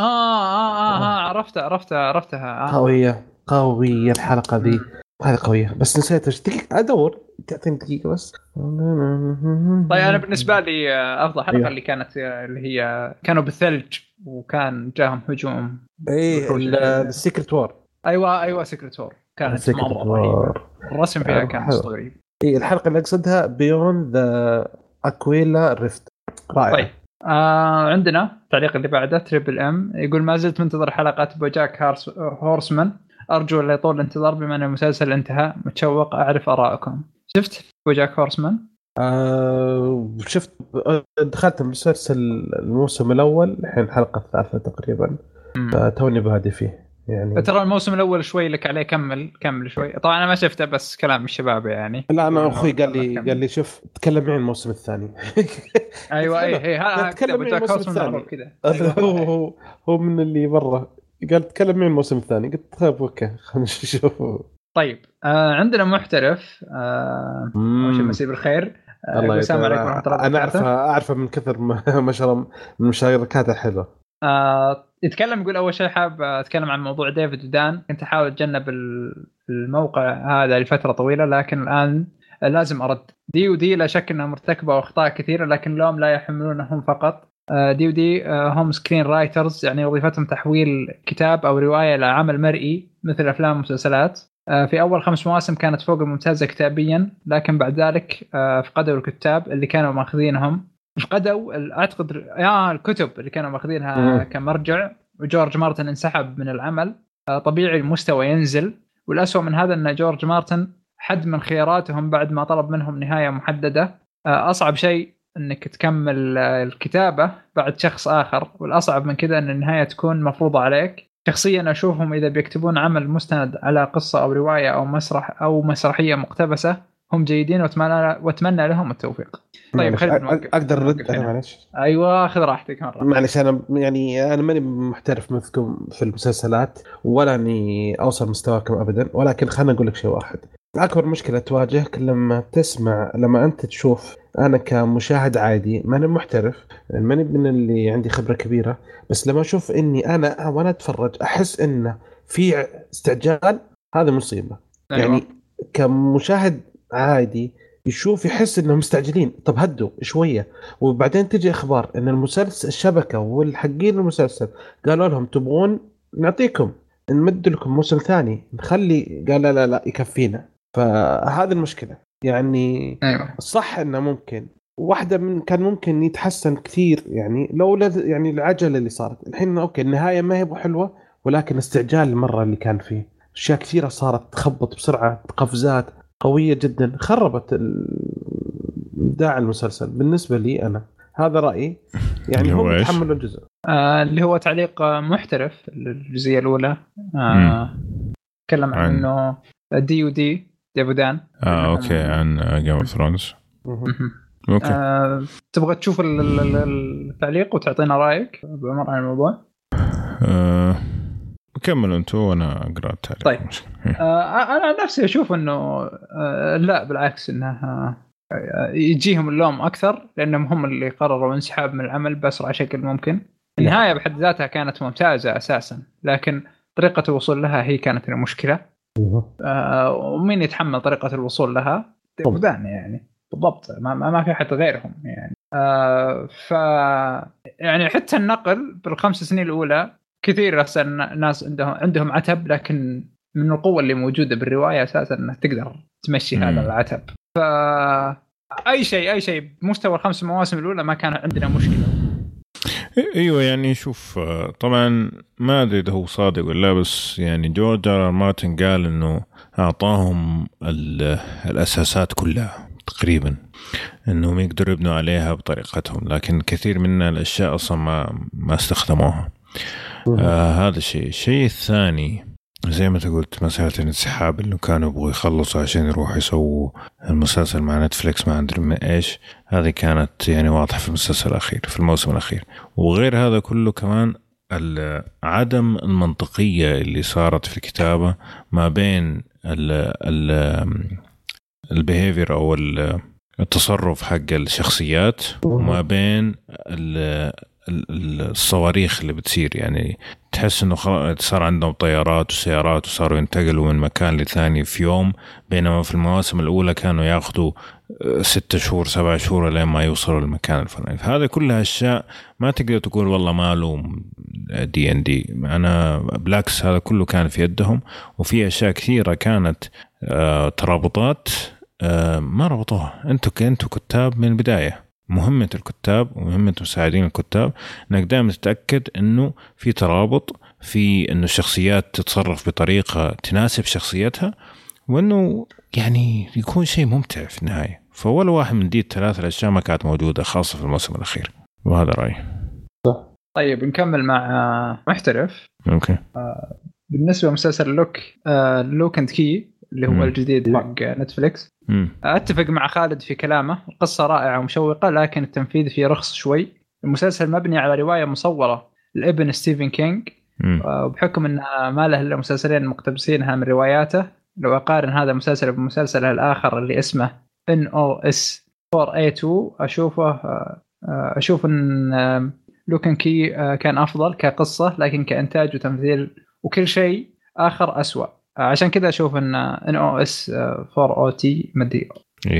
عرفتها. قوية الحلقة ذي. هذه قوية بس نسيت ايش دقيقة ادور، تعطيني دقيقة بس. طيب انا بالنسبة لي افضل حلقة اللي كانت اللي هي كانوا بالثلج وكان جاهم هجوم. السيكريت وور. ايوه سيكريت وور كانت مرة رهيبة. الرسم فيها كان اسطوري. الحلقة اللي اقصدها بيون ذا اكويلا ريفت رائعة. طيب عندنا تعليق اللي بعده تريبل ام يقول ما زلت منتظر حلقات بوجاك هورسمان، أرجو لا يطول الانتظار بما أن المسلسل انتهى، متشوق أعرف آراءكم. شفت بوجاك هورسمان؟ شفت دخلت المسلسل الموسم الأول الحين الحلقة الثالثة تقريبا، فتوني بادي فيه يعني. ترى الموسم الاول شوي لك عليه، كمل شوي. طبعا انا ما شفته بس كلام الشباب يعني. لا انا اخوي قال لي شوف تكلم معي الموسم الثاني. ايوه اي ها تكلم معي الموسم الثاني كذا. هو من اللي برا قال تكلم معي الموسم الثاني، قلت طيب اوكي خلينا نشوف. طيب عندنا محترف ماشي مسي بالخير. السلام عليكم ورحمه الله وبركاته. انا اعرفه من كثر من المشاركات الحلوه. يتكلم يقول اول شيء حاب اتكلم عن موضوع ديفيد ودان. كنت احاول اتجنب الموقع هذا لفتره طويله، لكن الان لازم ارد. دي لا شك انهم ارتكبوا اخطاء كثيره، لكن لهم لا يحملونهم فقط. دي هم سكرين رايترز، يعني وظيفتهم تحويل كتاب او روايه لعمل مرئي مثل افلام ومسلسلات. في اول 5 مواسم كانت فوق الممتازه كتابيا، لكن بعد ذلك فقدوا الكتاب اللي كانوا ماخذينهم، فقدوا اعتقد الكتب اللي كانوا ماخذينها كمرجع، وجورج مارتن انسحب من العمل. طبيعي المستوى ينزل، والأسوأ من هذا ان جورج مارتن حد من خياراتهم بعد ما طلب منهم نهايه محدده. اصعب شيء انك تكمل الكتابه بعد شخص اخر، والاصعب من كذا ان النهايه تكون مفروضه عليك. شخصيا اشوفهم اذا بيكتبون عمل مستند على قصه او روايه او مسرح او مسرحيه مقتبسه هم جيدين، واتمنى لهم التوفيق. طيب خلينا اقدر ارد انا معلش؟ ايوه خذ راحتك مره. معلش انا يعني انا ماني محترف مثلكم في المسلسلات ولا اني اوصل مستواكم ابدا، ولكن خلينا اقول لك شيء واحد. اكبر مشكله تواجهك لما انت تشوف، انا كمشاهد عادي ماني محترف، ماني من اللي عندي خبره كبيره، بس لما اشوف اني انا وانا اتفرج احس انه في استعجال، هذا مصيبه. أيوة. يعني كمشاهد عادي يشوف يحس انهم مستعجلين، طب هدوا شويه. وبعدين تجي اخبار ان المسلسل الشبكه والحقين المسلسل قالوا لهم تبغون نعطيكم نمد لكم موسم ثاني، نخلي، قال لا يكفينا. فهذه المشكله يعني. أيوة. صح انه ممكن واحده من كان ممكن يتحسن كثير، يعني لولا يعني العجله اللي صارت الحين. اوكي النهايه ما هي بحلوه، ولكن استعجال المره اللي كان فيه، اشياء كثيره صارت تخبط بسرعه، قفزات قوية جدا خربت إبداع المسلسل بالنسبة لي أنا. هذا رأيي يعني. هم يتحملوا الجزء اللي هو تعليق محترف الجزئية الأولى. تكلم عن إنه دي ديفودان. أوكي عن جيم اوف ثرونز. أوكي. تبغى تشوف التعليق وتعطينا رأيك بمر عن الموضوع؟ كملوا انتوا وانا اقرا التعليق. طيب انا نفسي اشوف انه لا بالعكس، انها يجيهم اللوم اكثر لانهم هم اللي قرروا انسحاب من العمل باسرع شكل ممكن. النهايه بحد ذاتها كانت ممتازه اساسا، لكن طريقه الوصول لها هي كانت المشكله. ومين يتحمل طريقه الوصول لها؟ ديفودان يعني بالضبط، ما في حد غيرهم يعني. يعني حتى النقل بال5 سنين الاولى كثير الناس عندهم عتب، لكن من القوة اللي موجودة بالرواية أساساً أنك تقدر تمشي هذا العتب. فأي شيء بمستوى 5 مواسم الأولى ما كان عندنا مشكلة. ايوه يعني شوف، طبعا ما ادري اذا هو صادق ولا، بس يعني جورج آر مارتن قال انه اعطاهم الاساسات كلها تقريبا انهم يقدروا يبنوا عليها بطريقتهم، لكن كثير من الاشياء اصلا ما استخدموها. هذا الشيء الثاني زي ما تقولت مسألة الانسحاب، انه كانوا يبغوا يخلصوا عشان يروحوا يسووا المسلسل مع نتفليكس ما ادري من ايش. هذه كانت يعني واضحة في المسلسل الأخير، في الموسم الأخير. وغير هذا كله كمان عدم المنطقية اللي صارت في الكتابة ما بين البيهيفير أو التصرف حق الشخصيات وما بين الصواريخ اللي بتصير. يعني تحس انه صار عندهم طيارات وسيارات وصاروا ينتقلوا من مكان لثاني في يوم، بينما في المواسم الاولى كانوا ياخذوا 6 شهور 7 شهور لين ما يوصلوا للمكان الفلاني. فهذا كلها اشياء ما تقدر تقول والله مالهم D&D. انا بالعكس هذا كله كان في يدهم، وفي اشياء كثيره كانت ترابطات ما ربطوها. انتوا كتاب من البدايه. مهمة الكتاب ومهمة مساعدين الكتاب انك دائما تتأكد انه في ترابط، في انه الشخصيات تتصرف بطريقة تناسب شخصيتها، وانه يعني يكون شيء ممتع في النهاية. فولا واحد من دي الثلاث الاشياء ما كانت موجودة، خاصة في الموسم الاخير. وهذا رأيي. طيب نكمل مع محترف. اوكي. بالنسبه لمسلسل لوك اند كي اللي هو الجديد حق نتفليكس، اتفق مع خالد في كلامه. القصه رائعه ومشوقه لكن التنفيذ فيه رخص شوي. المسلسل مبني على روايه مصوره لابن ستيفن كينج، وبحكم ان ما له الا مسلسلين مقتبسينها من رواياته، لو اقارن هذا المسلسل بمسلسله الاخر اللي اسمه NOS 4A2 اشوف ان لوك اند كي كان افضل كقصه، لكن كانتاج وتمثيل وكل شيء اخر أسوأ. عشان كذا اشوف ان NOS 4OT مدري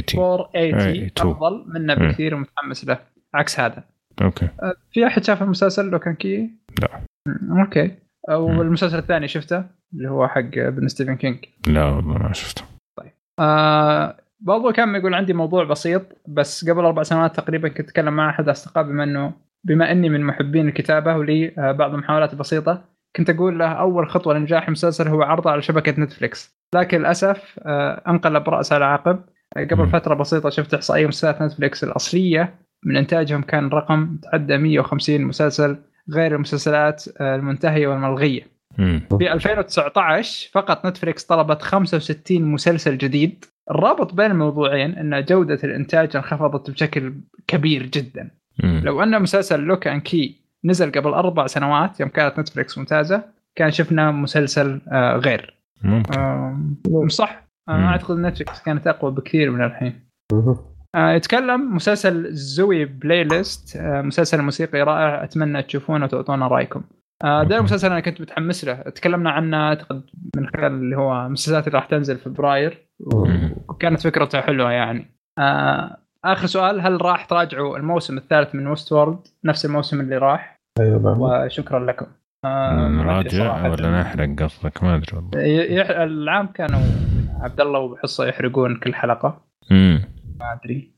480 افضل منه بكثير ومتحمس له عكس هذا. اوكي. في احد شاف المسلسل لو كان كي؟ لا. اوكي. والمسلسل الثاني شفته اللي هو حق ابن ستيفن كينج؟ لا والله ما شفته. طيب برضو كان يقول عندي موضوع بسيط، بس قبل 4 سنوات تقريبا كنت اتكلم مع احد اصدقائي بما اني من محبين الكتابه ولي بعض المحاولات البسيطه، كنت أقول له أول خطوة لنجاح المسلسل هو عرضه على شبكة نتفليكس، لكن للأسف انقلب رأس على عقب. قبل فترة بسيطة شفت إحصائية مسلسلات نتفليكس الأصلية من إنتاجهم كان رقم تعدى 150 مسلسل، غير المسلسلات المنتهية والملغية. في 2019 فقط نتفليكس طلبت 65 مسلسل جديد. الرابط بين الموضوعين أن جودة الإنتاج انخفضت بشكل كبير جدا. لو أن مسلسل لوك أند كي نزل قبل 4 سنوات يوم كانت نتفليكس ممتازة، كان شفنا مسلسل غير ممكن. صح. أنا أعتقد نتفليكس كانت أقوى بكثير من الحين. يتكلم مسلسل زوي بلاي ليست، مسلسل موسيقي رائع، أتمنى تشوفونه وتعطونا رأيكم. ده المسلسل أنا كنت متحمس له، تكلمنا عنه من خلال اللي هو مسلسلات اللي راح تنزل في فبراير، وكانت فكرته حلوة يعني. آخر سؤال، هل راح تراجعوا الموسم الثالث من وست وورد نفس الموسم اللي راح؟ أيوة. وشكرا لكم. نراجع ولا نحرق قصدك؟ ما أدري والله. العام كانوا عبد الله وحصة يحرقون كل حلقة. ما أدري.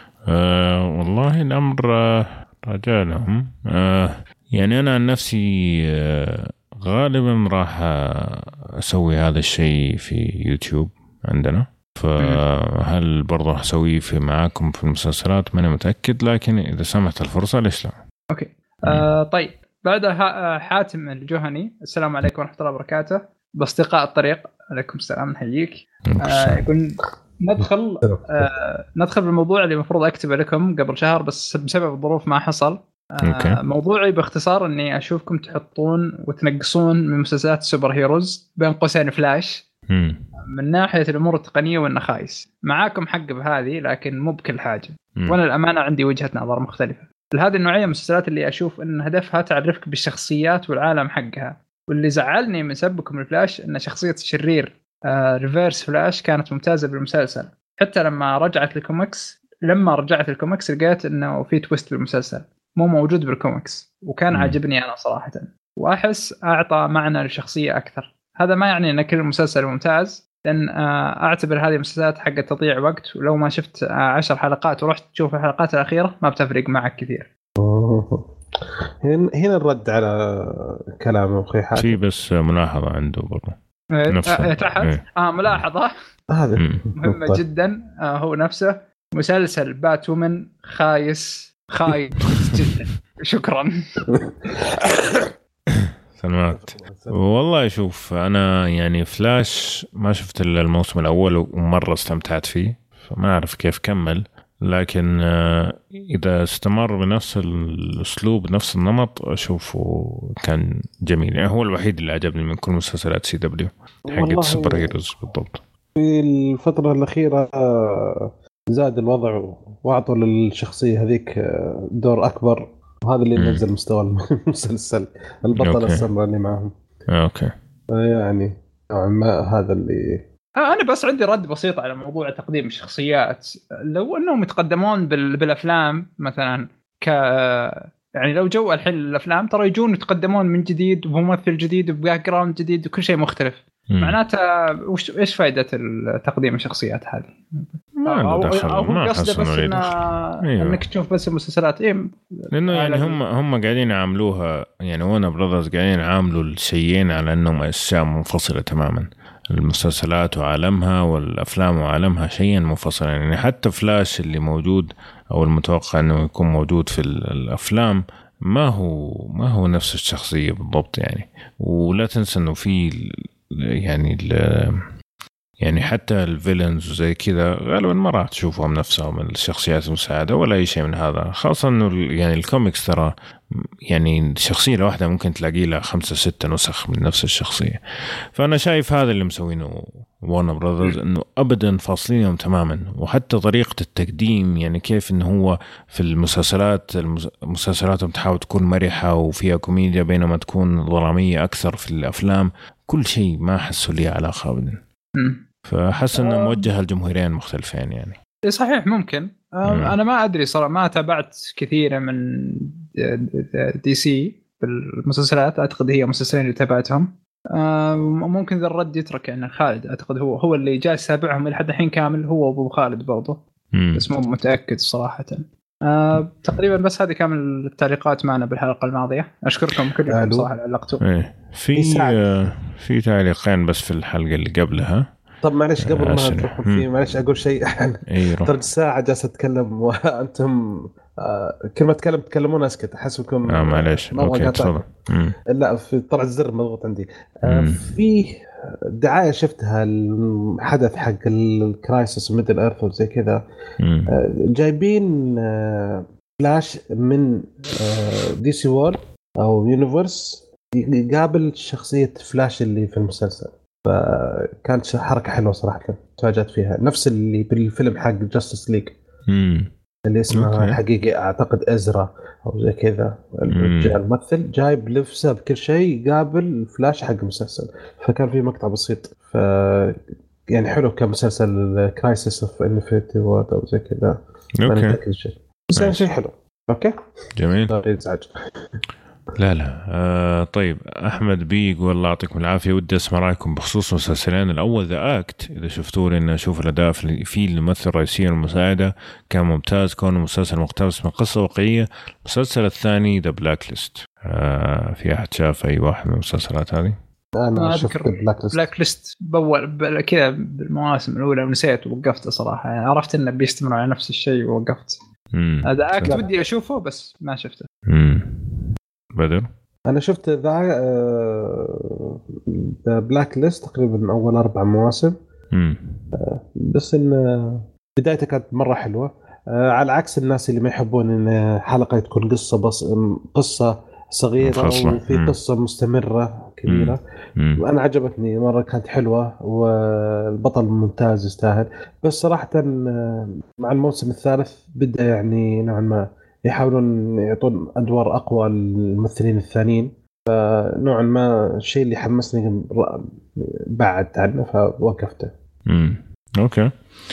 والله الأمر راجع لهم. يعني أنا عن نفسي غالبا راح أسوي هذا الشيء في يوتيوب عندنا، فهل برضه أسويه في معاكم في المسلسلات ما أنا متأكد، لكن إذا سمحت الفرصة ليش لا. أوكي. طيب بعدها حاتم الجهني، السلام عليكم ورحمة الله وبركاته. بأصدقاء الطريق عليكم السلام، نحييك. يقول ندخل بالموضوع اللي المفروض أكتبه لكم قبل شهر بس بسبب الظروف ما حصل. موضوعي باختصار أني أشوفكم تحطون وتنقصون من مسلسلات السوبر هيروز بين قوسين فلاش من ناحية الأمور التقنية والنخايس. معاكم حق بهذه لكن مو بكل حاجة، وأنا الأمانة عندي وجهة نظر مختلفة لهذه النوعية من المسلسلات اللي أشوف أن هدفها تعرفك بالشخصيات والعالم حقها. واللي زعلني من سبكم الفلاش أن شخصية الشرير ريفيرس فلاش كانت ممتازة بالمسلسل، حتى لما رجعت الكوميكس لقيت أنه في تويست بالمسلسل مو موجود بالكوميكس، وكان عاجبني أنا صراحة، وأحس أعطى معنى للشخصية أكثر. هذا ما يعني أن كل مسلسل ممتاز، لأن أعتبر هذه المسلسلات حقت تضيع وقت، ولو ما شفت 10 حلقات ورحت تشوف الحلقات الأخيرة ما بتفرق معك كثير. هنا الرد على كلامه أخي حاتم. في بس ملاحظة عنده برضه تحت ملاحظة هذا مهمة جدا. هو نفسه مسلسل باتومن خايس جدا. شكرا. سلامات. والله شوف أنا يعني فلاش ما شفت إلا الموسم الأول ومرة استمتعت فيه، فما أعرف كيف كمل، لكن إذا استمر بنفس الأسلوب نفس النمط أشوفه كان جميل. يعني هو الوحيد اللي عجبني من كل مسلسلات CW حقت سوبر هيروز بالضبط. في الفترة الأخيرة زاد الوضع وأعطوا للشخصية هذيك دور أكبر، وهذا اللي نزل مستوى المسلسل. البطل السمراء اللي معهم. أوكي. يعني ما هذا اللي أنا بس عندي رد بسيط على موضوع تقديم الشخصيات. لو أنهم يتقدمون بالأفلام مثلا يعني لو جو الحين الأفلام ترى يجون يتقدمون من جديد بممثل جديد وباك جراوند جديد وكل شيء مختلف. معناته إيش فائدة تقديم الشخصيات هذه؟ ما قصده بس إنك تشوف بس المسلسلات لأنه يعني هم قاعدين يعاملوها، يعني وانا براذرز قاعدين يعاملوا الشيئين على أنهم أشياء منفصلة تماما. المسلسلات وعالمها والأفلام وعالمها شيئا منفصلا. يعني حتى فلاش اللي موجود أو المتوقع أنه يكون موجود في الأفلام ما هو نفس الشخصية بالضبط يعني. ولا تنسى انه في يعني حتى الفيلنز وزي كذا غالبا ما راح تشوفهم نفسهم الشخصيات المساعدة ولا أي شيء من هذا، خاصة إنه يعني الكوميكس ترى يعني الشخصية الواحدة ممكن تلاقي لها 5-6 نسخ من نفس الشخصية. فأنا شايف هذا اللي مسوينه وارنر براذرز، إنه أبدا فاصلينهم تماما. وحتى طريقة التقديم يعني كيف إنه هو في مسلسلاتهم تحاول تكون مرحة وفيها كوميديا بينما تكون ظلامية أكثر في الأفلام. كل شيء ما أحسه ليه علاقة أبدا. فحس انه موجه لجمهورين مختلفين يعني. صحيح ممكن. انا ما ادري صراحه، ما تابعت كثير من دي سي بالمسلسلات. اعتقد هي مسلسلين اللي تابعتهم. ممكن ذا الرد يترك يعني خالد، اعتقد هو اللي جالس يتابعهم لحد الحين كامل، هو وابو خالد برضه. بس مو متاكد صراحه. تقريبا بس هذه كامل التعليقات معنا بالحلقه الماضيه. اشكركم كلكم صراحه اللي علقتوا. في تعليقين بس في الحلقه اللي قبلها. طب معلش قبل ما نروح فيه معلش اقول شيء. ترى ساعه جالس اتكلم وانتم كل ما تكلمون اسكت احسبكم معلش اوكي تفضل. لا في طلع الزر مضغوط عندي. في دعايه شفتها الحدث حق الكرايسيس ميدل ايرث وزي كذا، جايبين فلاش من دي سي وورد او يونيفرس يقابل شخصيه فلاش اللي في المسلسل. فكانت حركة حلوة صراحة، تفاجأت فيها. نفس اللي بالفيلم حق جاستس ليج اللي اسمه حقيقي أعتقد إزرا أو زي كذا، الممثل جايب لفسه بكل شيء قابل فلاش حق المسلسل. فكان في مقطع بسيط يعني حلو كمسلسل كرايسيس اوف انفينيتي وورد أو زي كذا. بس شيء حلو. أوكي جميل. لا طيب أحمد بي يقول الله يعطيكم العافية، ودي أسمع رأيكم بخصوص مسلسلين. الأول ذا أكت، إذا شفتوه لأن أشوف الأداء فيه الممثل الرئيسي والمساعدة كان ممتاز، كونه مسلسل مقتبس من قصة واقعية. المسلسل الثاني ذا بلاك ليست. في أحد شاف أي واحد من المسلسلات هذه؟ أنا شفت بلاك ليست بول كذا بالمواسم الأولى ونسيت ووقفت صراحة. يعني عرفت إنه بيستمر على نفس الشيء ووقفت. هذا أكت ودي أشوفه بس ما شفته. بدر أنا شفت ذا بلاك ليست تقريبا أول 4 مواسم. بس إن بدايته كانت مرة حلوة، على عكس الناس اللي ما يحبون إن حلقة تكون قصة صغيرة وفي قصة مستمرة كبيرة. وأنا عجبتني مرة، كانت حلوة والبطل ممتاز يستاهل. بس صراحة مع الموسم الثالث بدأ يعني نوعا ما يحاولون يعطون أدوار أقوى للممثلين الثانيين، فنوعا ما الشيء اللي حمسني بعد عنه فوقفته. أوكي.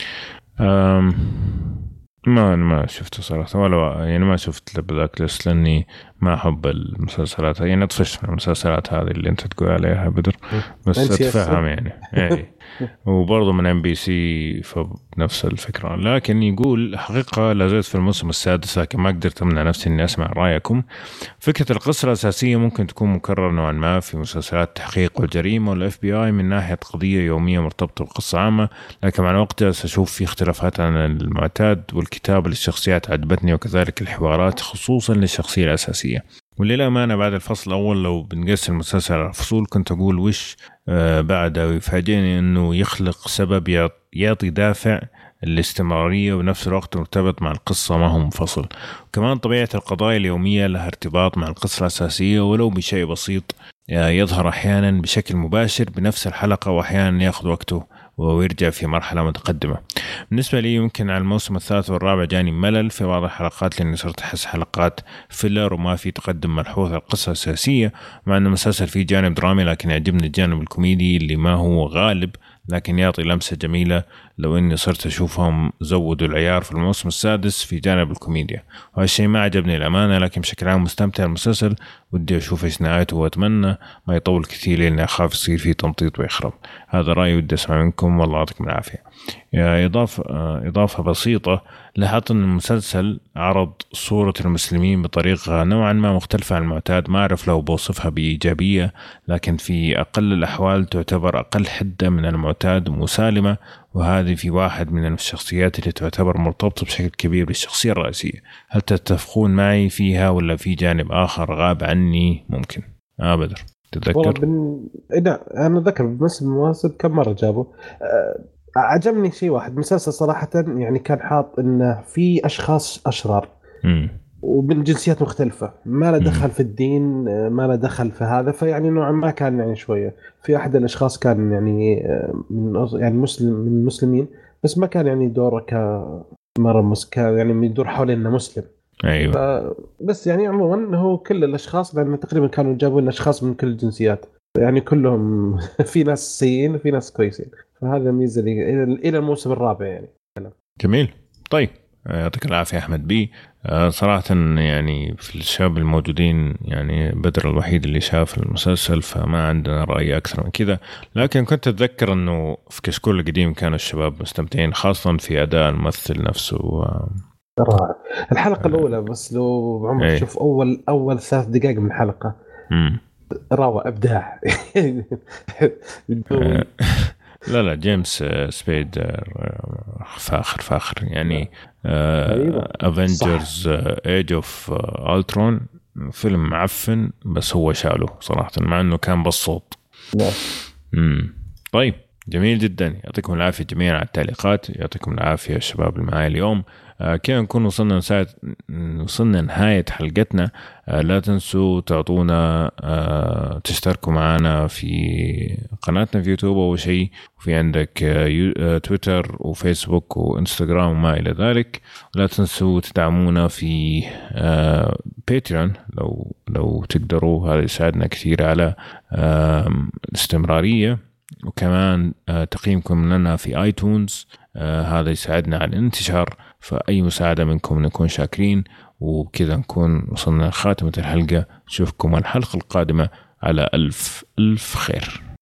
ما شفته صراحة، ولا يعني ما شفت بلاك ليست لأني ما أحب المسلسلات، يعني أطفش من المسلسلات هذه اللي أنت تقول عليها بدر، بس أتفهم يعني. وبرضه من MBC فنفس الفكرة. لكن يقول حقيقة لازلت في الموسم السادس، لكن ما قدرت أمنع نفسي إني أسمع رأيكم. فكرة القصة الأساسية ممكن تكون مكررة نوعا ما في مسلسلات التحقيق والجريمة والFBI من ناحية قضية يومية مرتبطة بقصة عامة، لكن مع الوقت سأشوف في اختلافات عن المعتاد. والكتابة للشخصيات عجبتني وكذلك الحوارات خصوصا للشخصية الأساسية. وللأمانة بعد الفصل الأول لو بنقسم المسلسل على فصول كنت أقول وش بعده، ويفاجئني أنه يخلق سبب يعطي دافع الاستمرارية ونفس الوقت مرتبط مع القصة ما هو منفصل. وكمان طبيعة القضايا اليومية لها ارتباط مع القصة الأساسية ولو بشيء بسيط، يظهر أحيانا بشكل مباشر بنفس الحلقة وأحيانا يأخذ وقته ويرجع في مرحلة متقدمة. بالنسبة لي يمكن على الموسم الثالث والرابع جاني ملل في بعض الحلقات لأني صرت أحس حلقات فيلر وما في تقدم ملحوظ على القصة الأساسية، مع أن المسلسل فيه جانب درامي لكن يعجبني الجانب الكوميدي اللي ما هو غالب لكن يعطي لمسة جميلة. لو إني صرت أشوفهم زودوا العيار في الموسم السادس في جانب الكوميديا، وهالشيء ما عجبني الأمانة، لكن بشكل عام مستمتع المسلسل ودي أشوف إيش نهايته وأتمنى ما يطول كثير لأني أخاف يصير فيه تمطيط ويخرب. هذا رأيي ودي أسمع منكم والله يعطيكم العافية. إضافة بسيطة، لاحظت أن المسلسل عرض صورة المسلمين بطريقة نوعا ما مختلفة عن المعتاد، ما أعرف لو بوصفها بإيجابية لكن في أقل الأحوال تعتبر أقل حدة من المعتاد، مسالمة وهذه في واحد من الشخصيات اللي تعتبر مرتبطة بشكل كبير بالشخصية الرئيسية. هل تتفقون معي فيها ولا في جانب آخر غاب عني ممكن؟ بدر تتذكر؟ لا أنا ذكر بس المواسم كم مرة جابوا. عجبني شيء واحد مسلسل صراحة، يعني كان حاط إنه في أشخاص أشرار ومن جنسيات مختلفة، ما له دخل في الدين، ما له دخل في هذا، فيعني نوعا ما كان يعني شوية في أحد الأشخاص كان يعني يعني مسلم من المسلمين، بس ما كان يعني دوره كمرة كان يعني يدور حول إنه مسلم. أيوة. بس يعني عموما هو كل الأشخاص، لأن تقريبا كانوا جابوا لنا أشخاص من كل الجنسيات، يعني كلهم في ناس سيئين وفي ناس كويسين، فهذا ميزة إلى الموسم الرابع يعني. جميل. طيب يعطيك العافية أحمد بي. صراحة يعني في الشباب الموجودين يعني بدر الوحيد اللي شاف المسلسل، فما عندنا رأي أكثر من كذا، لكن كنت أتذكر أنه في كشكول القديم كانوا الشباب مستمتعين خاصة في أداء الممثل نفسه. رائع. الحلقة الأولى بس لو عمرك تشوف أول 3 دقائق من الحلقة روعة إبداع. لا جيمس سبيدر فاخر يعني. افنجرز ايج اوف الترون فيلم معفن، بس هو شاله صراحة مع انه كان بالصوت. طيب جميل جدا، يعطيكم العافية جميعا على التعليقات، يعطيكم العافية الشباب اللي معايا اليوم. كده نكون وصلنا نهاية حلقتنا. لا تنسوا تعطونا تشتركوا معنا في قناتنا في يوتيوب أو شيء، وفي عندك تويتر وفيسبوك وإنستغرام وما إلى ذلك. لا تنسوا تدعمونا في باتريون لو تقدروا، هذا يساعدنا كثير على الاستمرارية، وكمان تقييمكم لنا في آيتونز هذا يساعدنا على الانتشار، فأي مساعدة منكم نكون شاكرين. وبكذا نكون وصلنا لخاتمة الحلقة، نشوفكم الحلقة القادمة على ألف خير.